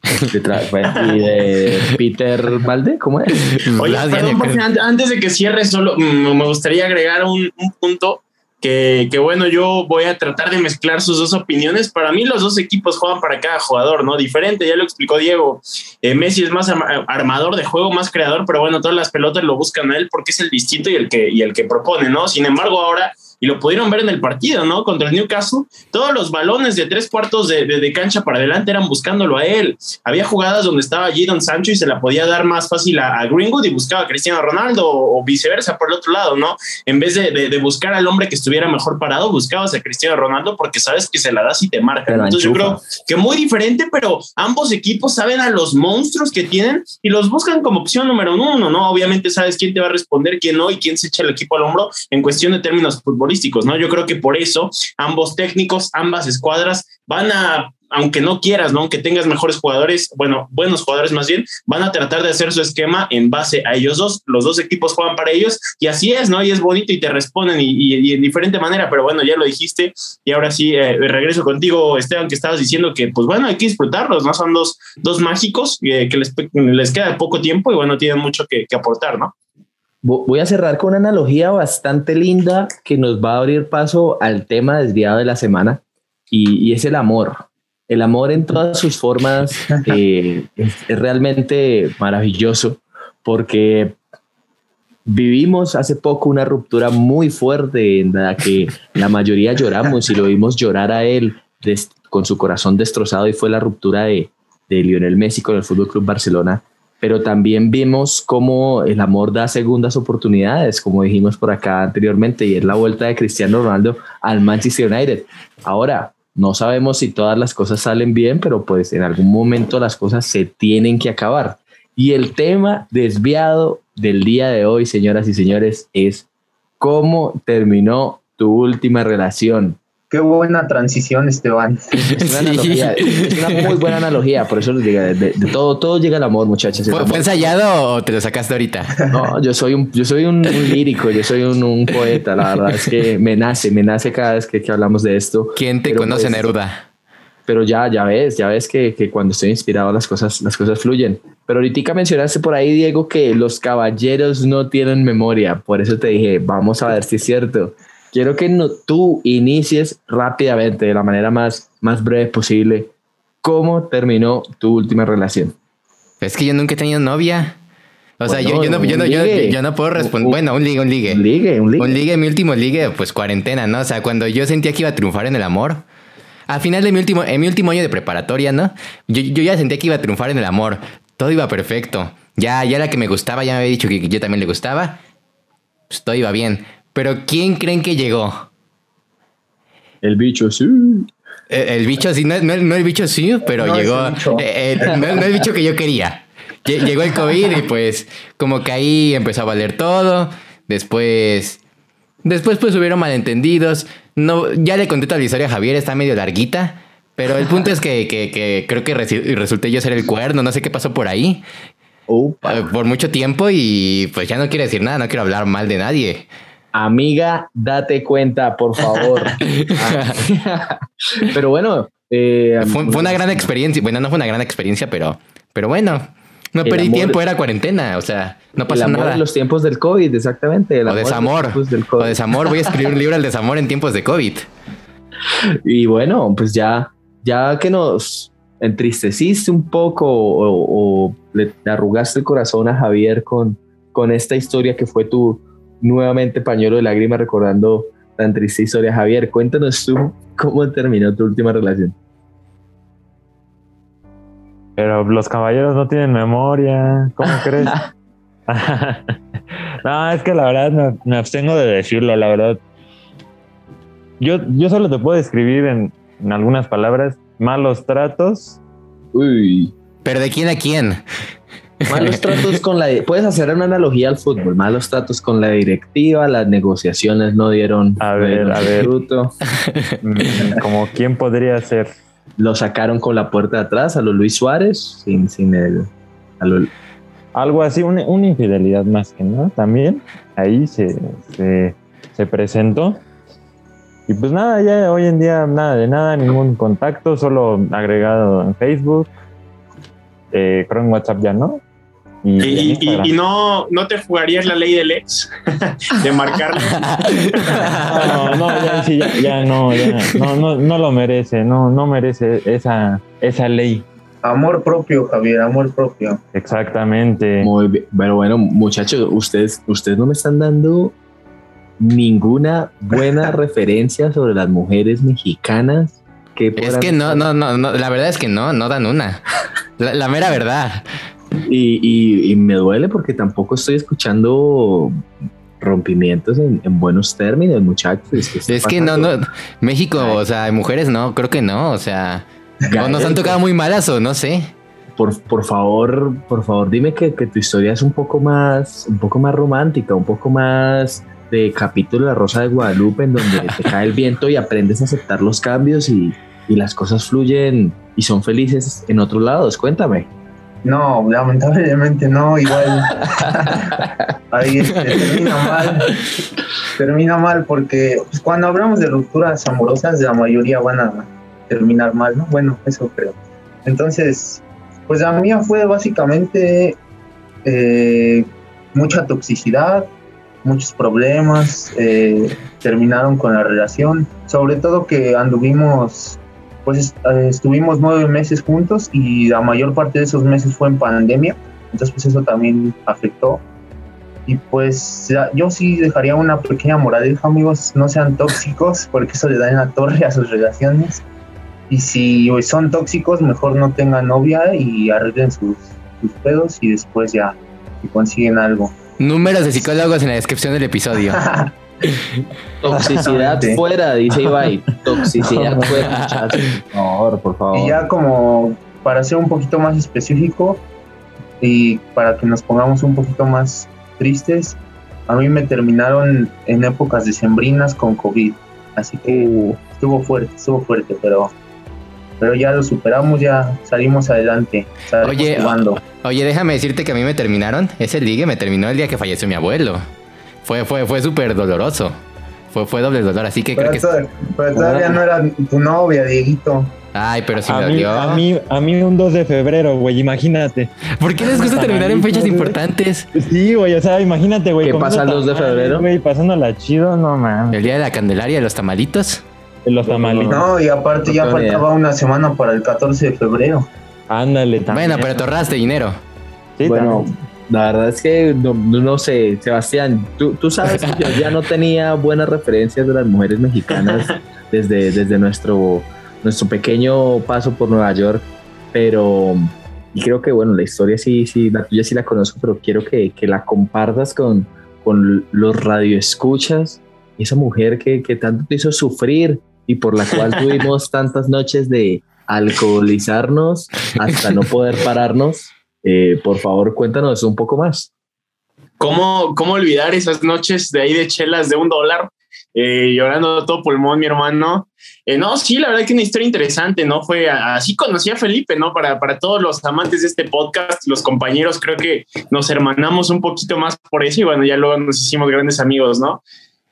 Y de Peter Valde, ¿cómo es? Oye, perdón, antes de que cierre, solo me gustaría agregar un punto que bueno, yo voy a tratar de mezclar sus 2 opiniones. Para mí los 2 equipos juegan para cada jugador, ¿no? Diferente, ya lo explicó Diego. Messi es más armador de juego, más creador, pero bueno, todas las pelotas lo buscan a él porque es el distinto y el que propone, ¿no? Sin embargo, ahora, y lo pudieron ver en el partido, ¿no? Contra el Newcastle, todos los balones de 3/4 de cancha para adelante eran buscándolo a él. Había jugadas donde estaba Jadon Sancho y se la podía dar más fácil a Greenwood y buscaba a Cristiano Ronaldo o viceversa por el otro lado, ¿no? En vez de buscar al hombre que estuviera mejor parado, buscabas a Cristiano Ronaldo porque sabes que se la das y te marca. Entonces yo creo que muy diferente, pero ambos equipos saben a los monstruos que tienen y los buscan como opción número 1, ¿no? Obviamente sabes quién te va a responder, quién no y quién se echa el equipo al hombro en cuestión de términos futbolísticos, ¿no? Yo creo que por eso ambos técnicos, ambas escuadras van a, aunque no quieras, ¿no? Aunque tengas mejores jugadores, bueno, buenos jugadores más bien, van a tratar de hacer su esquema en base a ellos dos. Los 2 equipos juegan para ellos y así es, ¿no? Y es bonito y te responden y en diferente manera, pero bueno, ya lo dijiste y ahora sí, regreso contigo, Esteban, que estabas diciendo que, pues bueno, hay que disfrutarlos, ¿no? Son dos mágicos que les queda poco tiempo y bueno, tienen mucho que aportar, ¿no? Voy a cerrar con una analogía bastante linda que nos va a abrir paso al tema desviado de la semana y es el amor. El amor en todas sus formas es realmente maravilloso porque vivimos hace poco una ruptura muy fuerte en la que la mayoría lloramos y lo vimos llorar a él con su corazón destrozado y fue la ruptura de Lionel Messi con el Fútbol Club Barcelona. Pero también vimos cómo el amor da segundas oportunidades, como dijimos por acá anteriormente, y es la vuelta de Cristiano Ronaldo al Manchester United. Ahora, no sabemos si todas las cosas salen bien, pero pues en algún momento las cosas se tienen que acabar. Y el tema desviado del día de hoy, señoras y señores, es ¿cómo terminó tu última relación? Qué buena transición, Esteban. Es una analogía, es una muy buena analogía, por eso les digo, de todo llega el amor, muchachos. ¿Fue ensayado o te lo sacaste ahorita? No, yo soy un lírico, yo soy un poeta, la verdad es que me nace cada vez que hablamos de esto. ¿Quién te conoce, Neruda? Pero ya ves que cuando estoy inspirado las cosas fluyen. Pero ahorita mencionaste por ahí, Diego, que los caballeros no tienen memoria, por eso te dije, vamos a ver si es cierto. Quiero que tú inicies rápidamente, de la manera más breve posible, ¿cómo terminó tu última relación? Es que yo nunca he tenido novia. O sea, yo no puedo responder. Bueno, un ligue. Un ligue, mi último ligue, pues cuarentena, ¿no? O sea, cuando yo sentía que iba a triunfar en el amor. Al final de en mi último año de preparatoria, ¿no? Yo ya sentía que iba a triunfar en el amor. Todo iba perfecto. Ya la que me gustaba, ya me había dicho que yo también le gustaba. Pues todo iba bien. Pero ¿quién creen que llegó? El bicho, sí. El bicho, sí, no el bicho, sí, pero no llegó. No el bicho que yo quería. Llegó el COVID y pues como que ahí empezó a valer todo. Después pues hubieron malentendidos. No, ya le conté toda la historia a Javier, está medio larguita. Pero el punto es que creo que resulté yo ser el cuerno. No sé qué pasó por ahí. Por mucho tiempo y pues ya no quiero decir nada, no quiero hablar mal de nadie. Amiga, date cuenta, por favor. Pero bueno. Fue una gran experiencia. Bueno, no fue una gran experiencia, pero bueno. No perdí tiempo, era cuarentena. O sea, no pasó nada. En los tiempos del COVID, exactamente. O desamor. O desamor. Voy a escribir un libro al desamor en tiempos de COVID. Y bueno, pues ya que nos entristeciste un poco o le arrugaste el corazón a Javier con esta historia que fue tu nuevamente pañuelo de lágrimas recordando tan triste historia. Javier, cuéntanos tú cómo terminó tu última relación. Pero los caballeros no tienen memoria, ¿cómo crees? No, es que la verdad me abstengo de decirlo, la verdad. Yo solo te puedo describir en algunas palabras: malos tratos. Uy. ¿Pero de quién a quién? Malos tratos con puedes hacer una analogía al fútbol. Malos tratos con la directiva, las negociaciones no dieron fruto. ¿Como quién podría ser? Lo sacaron con la puerta de atrás a los Luis Suárez sin el... Algo así, una infidelidad más que nada también. Ahí se presentó. Y pues nada, ya hoy en día nada de nada, ningún contacto, solo agregado en Facebook. Creo en WhatsApp ya no. Y no te jugarías la ley del ex de marcarlo. No lo merece, no merece esa ley. Amor propio, Javier, amor propio. Exactamente. Muy bien. Pero bueno, muchachos, ustedes no me están dando ninguna buena referencia sobre las mujeres mexicanas. Es que no, la verdad es que no dan una. La mera verdad. Y me duele porque tampoco estoy escuchando rompimientos en buenos términos, muchachos. Es que no, México, o sea, mujeres no, creo que no, o sea, nos han tocado muy malas o no sé. Por favor, dime que tu historia es un poco más romántica, un poco más de capítulo de La Rosa de Guadalupe, en donde te cae el viento y aprendes a aceptar los cambios y las cosas fluyen y son felices en otros lados. Cuéntame. No, lamentablemente no, igual. Ahí termina mal porque pues, cuando hablamos de rupturas amorosas, la mayoría van a terminar mal, ¿no? Bueno, eso creo. Entonces, pues la mía fue básicamente mucha toxicidad, muchos problemas, terminaron con la relación, sobre todo que estuvimos 9 meses juntos y la mayor parte de esos meses fue en pandemia, entonces pues eso también afectó. Y pues yo sí dejaría una pequeña moraleja, amigos: no sean tóxicos porque eso le da en la torre a sus relaciones, y si son tóxicos mejor no tengan novia y arreglen sus pedos y después ya si consiguen algo. Números de psicólogos en la descripción del episodio. Toxicidad fuera, dice Ibai. Toxicidad fuera, muchachos. Por favor. Y ya como para ser un poquito más específico y para que nos pongamos un poquito más tristes. A mí me terminaron en épocas decembrinas con COVID, así que estuvo fuerte, pero ya lo superamos, ya salimos adelante. Oye, déjame decirte que a mí me terminaron, ese ligue me terminó el día que falleció mi abuelo. Fue súper doloroso. Fue doble dolor, así que pero creo que... Pero todavía no era tu novia, Dieguito. Ay, pero sí me dolió. dolió. A mí un 2 de febrero, güey, imagínate. ¿Por qué les gusta terminar en fechas importantes? Sí, güey, o sea, imagínate, güey. ¿Qué pasa el 2 de febrero? Güey, pasándola chido, no mames. El día de la Candelaria, de los tamalitos. Los tamalitos. No, y aparte ya faltaba una semana para el 14 de febrero. Ándale, también. Bueno, pero te ahorraste dinero. Sí, bueno, la verdad es que no sé, Sebastián, tú sabes que yo ya no tenía buenas referencias de las mujeres mexicanas desde nuestro pequeño paso por Nueva York, pero y creo que bueno, la historia sí, la tuya sí la conozco, pero quiero que la compartas con los radioescuchas, esa mujer que tanto te hizo sufrir y por la cual tuvimos tantas noches de alcoholizarnos hasta no poder pararnos. Por favor, cuéntanos un poco más. ¿Cómo olvidar esas noches de ahí de chelas de $1? Llorando a todo pulmón, mi hermano. No, sí, la verdad que una historia interesante, ¿no? Fue así conocí a Felipe, ¿no? Para todos los amantes de este podcast, los compañeros, creo que nos hermanamos un poquito más por eso y bueno, ya luego nos hicimos grandes amigos, ¿no?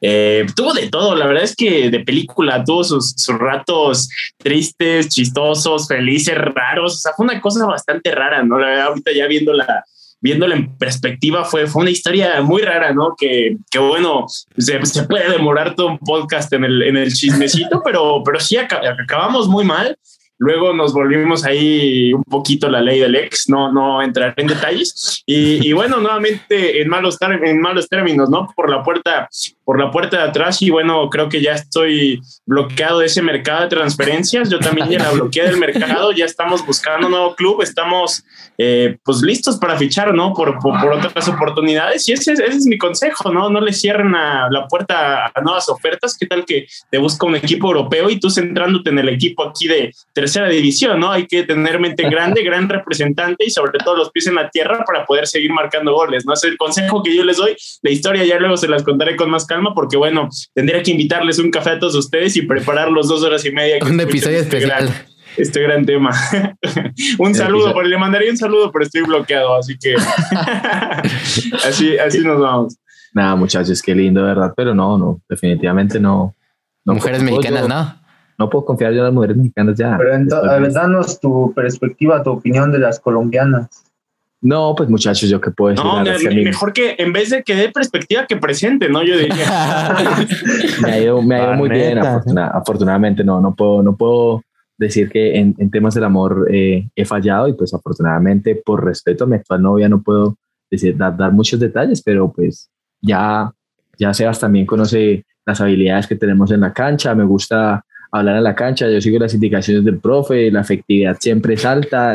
Tuvo de todo, la verdad es que de película tuvo sus ratos tristes, chistosos, felices, raros, o sea, fue una cosa bastante rara, ¿no? La verdad, ahorita ya viéndola en perspectiva fue una historia muy rara, ¿no? Que bueno, se puede demorar todo un podcast en el chismecito, pero sí acabamos muy mal. Luego nos volvimos ahí un poquito la ley del ex, no entraré en detalles. Y bueno, nuevamente en malos términos, ¿no? Por la puerta de atrás. Y bueno, creo que ya estoy bloqueado de ese mercado de transferencias. Yo también ya la bloqueé del mercado. Ya estamos buscando un nuevo club. Estamos pues listos para fichar, ¿no? Por otras oportunidades. Y ese es mi consejo, ¿no? No le cierren la puerta a nuevas ofertas. ¿Qué tal que te busca un equipo europeo y tú centrándote en el equipo aquí de tercera división, ¿no? Hay que tener mente grande, gran representante y sobre todo los pies en la tierra para poder seguir marcando goles, ¿no? Es el consejo que yo les doy. La historia ya luego se las contaré con más calma porque, bueno, tendría que invitarles un café a todos ustedes y preparar los 2 horas y media. Un episodio especial. Este gran tema. Un saludo, le mandaría un saludo, pero estoy bloqueado, así que así nos vamos. Nada, muchachos, qué lindo, ¿verdad? Pero no, definitivamente no. Mujeres mexicanas, ¿no? No puedo confiar yo en las mujeres mexicanas ya. Pero danos tu perspectiva, tu opinión de las colombianas. No, pues muchachos, yo qué puedo decir. No, mejor que en vez de que dé perspectiva que presente, ¿no? Yo diría. me ha ido muy bien, afortunadamente. No puedo decir que en temas del amor he fallado y pues afortunadamente por respeto a mi actual novia no puedo dar muchos detalles, pero pues ya Sebas también conoce las habilidades que tenemos en la cancha. Me gusta hablar en la cancha, yo sigo las indicaciones del profe, la efectividad siempre es alta.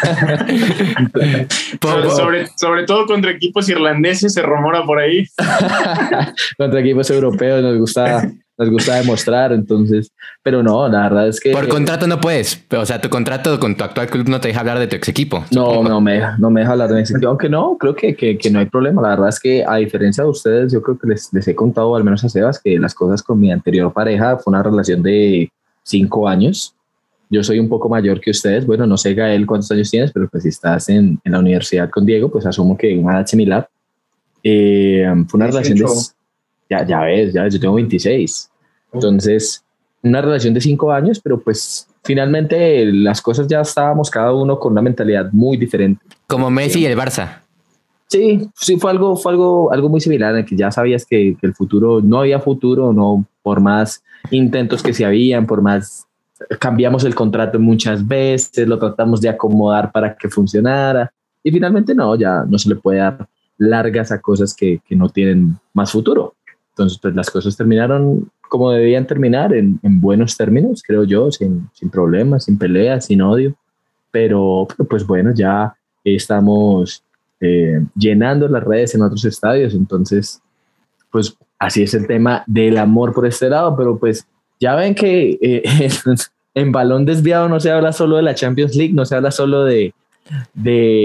sobre todo contra equipos irlandeses se rumora por ahí. Contra equipos europeos nos gusta demostrar, entonces, pero no, la verdad es que... Por contrato no puedes, o sea, tu contrato con tu actual club no te deja hablar de tu ex equipo. No me deja hablar de mi ex equipo, aunque no, creo que no hay problema. La verdad es que a diferencia de ustedes, yo creo que les he contado, al menos a Sebas, que las cosas con mi anterior pareja fue una relación de 5 años. Yo soy un poco mayor que ustedes, bueno, no sé Gael cuántos años tienes, pero pues si estás en la universidad con Diego, pues asumo que una edad similar. Fue una relación de... Ya ves, yo tengo 26. Entonces, una relación de 5 años, pero pues finalmente las cosas ya estábamos cada uno con una mentalidad muy diferente. Como Messi y el Barça. Sí, fue algo muy similar, en que ya sabías que el futuro, no había futuro, no, por más intentos que se habían, por más cambiamos el contrato muchas veces, lo tratamos de acomodar para que funcionara y finalmente ya no se le puede dar largas a cosas que no tienen más futuro. Entonces, pues las cosas terminaron como debían terminar, en buenos términos, creo yo, sin problemas, sin peleas, sin odio. Pero pues bueno, ya estamos llenando las redes en otros estadios. Entonces, pues así es el tema del amor por este lado. Pero pues ya ven que en Balón Desviado no se habla solo de la Champions League, no se habla solo de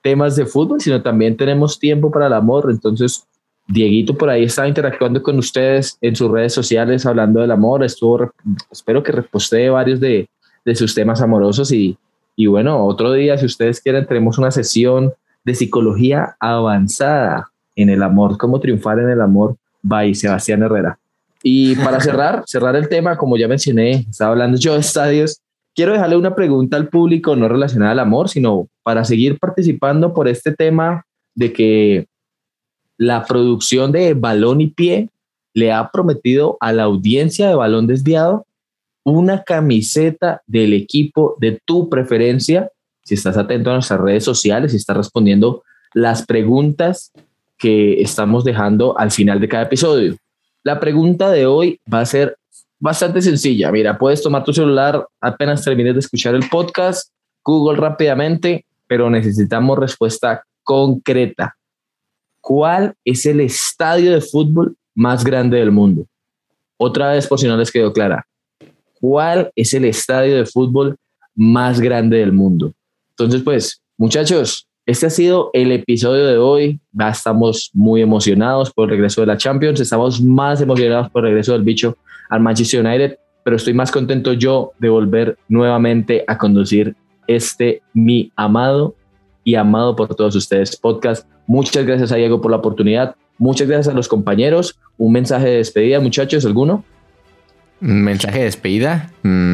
temas de fútbol, sino también tenemos tiempo para el amor. Entonces, Dieguito por ahí estaba interactuando con ustedes en sus redes sociales hablando del amor. Espero que repostee varios de sus temas amorosos y bueno, otro día, si ustedes quieren, tenemos una sesión de psicología avanzada en el amor, cómo triunfar en el amor, by Sebastián Herrera. Y para cerrar el tema, como ya mencioné, estaba hablando yo de estadios, quiero dejarle una pregunta al público no relacionada al amor, sino para seguir participando por este tema de que la producción de Balón y Pie le ha prometido a la audiencia de Balón Desviado una camiseta del equipo de tu preferencia. Si estás atento a nuestras redes sociales, si estás respondiendo las preguntas que estamos dejando al final de cada episodio. La pregunta de hoy va a ser bastante sencilla. Mira, puedes tomar tu celular apenas termines de escuchar el podcast, Google rápidamente, pero necesitamos respuesta concreta. ¿Cuál es el estadio de fútbol más grande del mundo? Otra vez, por si no les quedó clara. ¿Cuál es el estadio de fútbol más grande del mundo? Entonces, pues, muchachos, este ha sido el episodio de hoy. Ya estamos muy emocionados por el regreso de la Champions. Estamos más emocionados por el regreso del bicho al Manchester United, pero estoy más contento yo de volver nuevamente a conducir mi amado y amado por todos ustedes podcast. Muchas gracias a Diego por la oportunidad. Muchas gracias a los compañeros. Un mensaje de despedida, muchachos, ¿alguno? ¿Mensaje de despedida?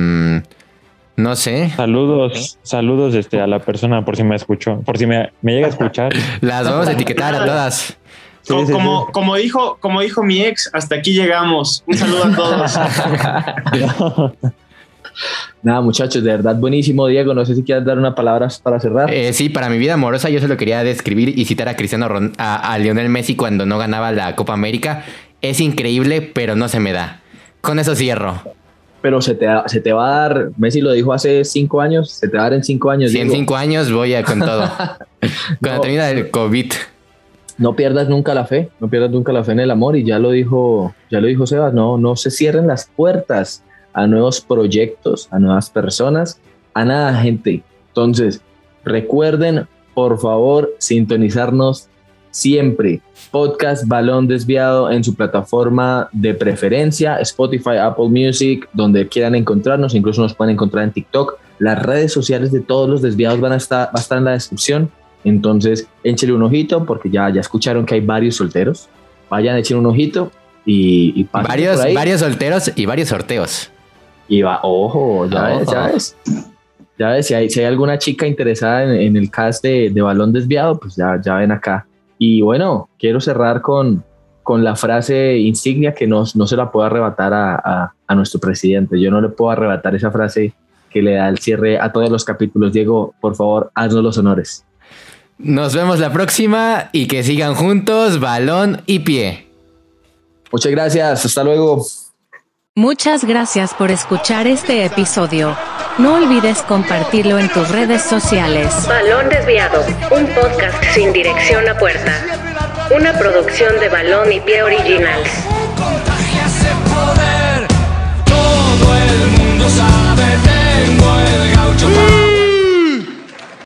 No sé. Saludos a la persona por si me escuchó, por si me llega a escuchar. Las vamos a etiquetar a todas. Sí. Como dijo mi ex, hasta aquí llegamos. Un saludo a todos. Nada, muchachos, de verdad buenísimo. Diego, no sé si quieres dar una palabra para cerrar. Sí, para mi vida amorosa yo solo quería describir y citar a Lionel Messi cuando no ganaba la Copa América. Es increíble, pero no se me da. Con eso cierro. Pero se te va a dar, Messi lo dijo hace 5 años, se te va a dar en 5 años. Sí, en 5 años voy con todo. Cuando termina el COVID. No pierdas nunca la fe en el amor, y ya lo dijo Sebas, no se cierren las puertas a nuevos proyectos, a nuevas personas, a nada, gente. Entonces, recuerden, por favor, sintonizarnos siempre. Podcast Balón Desviado en su plataforma de preferencia, Spotify, Apple Music, donde quieran encontrarnos. Incluso nos pueden encontrar en TikTok. Las redes sociales de todos los desviados va a estar en la descripción. Entonces, échenle un ojito, porque ya escucharon que hay varios solteros. Vayan, echen un ojito y pasen por ahí. Varios solteros y varios sorteos. Y va, ojo, ya ves, si hay alguna chica interesada en el cast de Balón Desviado, pues ya ven acá. Y bueno, quiero cerrar con la frase insignia que no se la puedo arrebatar a nuestro presidente. Yo no le puedo arrebatar esa frase que le da el cierre a todos los capítulos. Diego, por favor, haznos los honores. Nos vemos la próxima y que sigan juntos Balón y Pie. Muchas gracias, hasta luego. Muchas gracias por escuchar este episodio. No olvides compartirlo en tus redes sociales. Balón Desviado, un podcast sin dirección a puerta. Una producción de Balón y Pie Originals.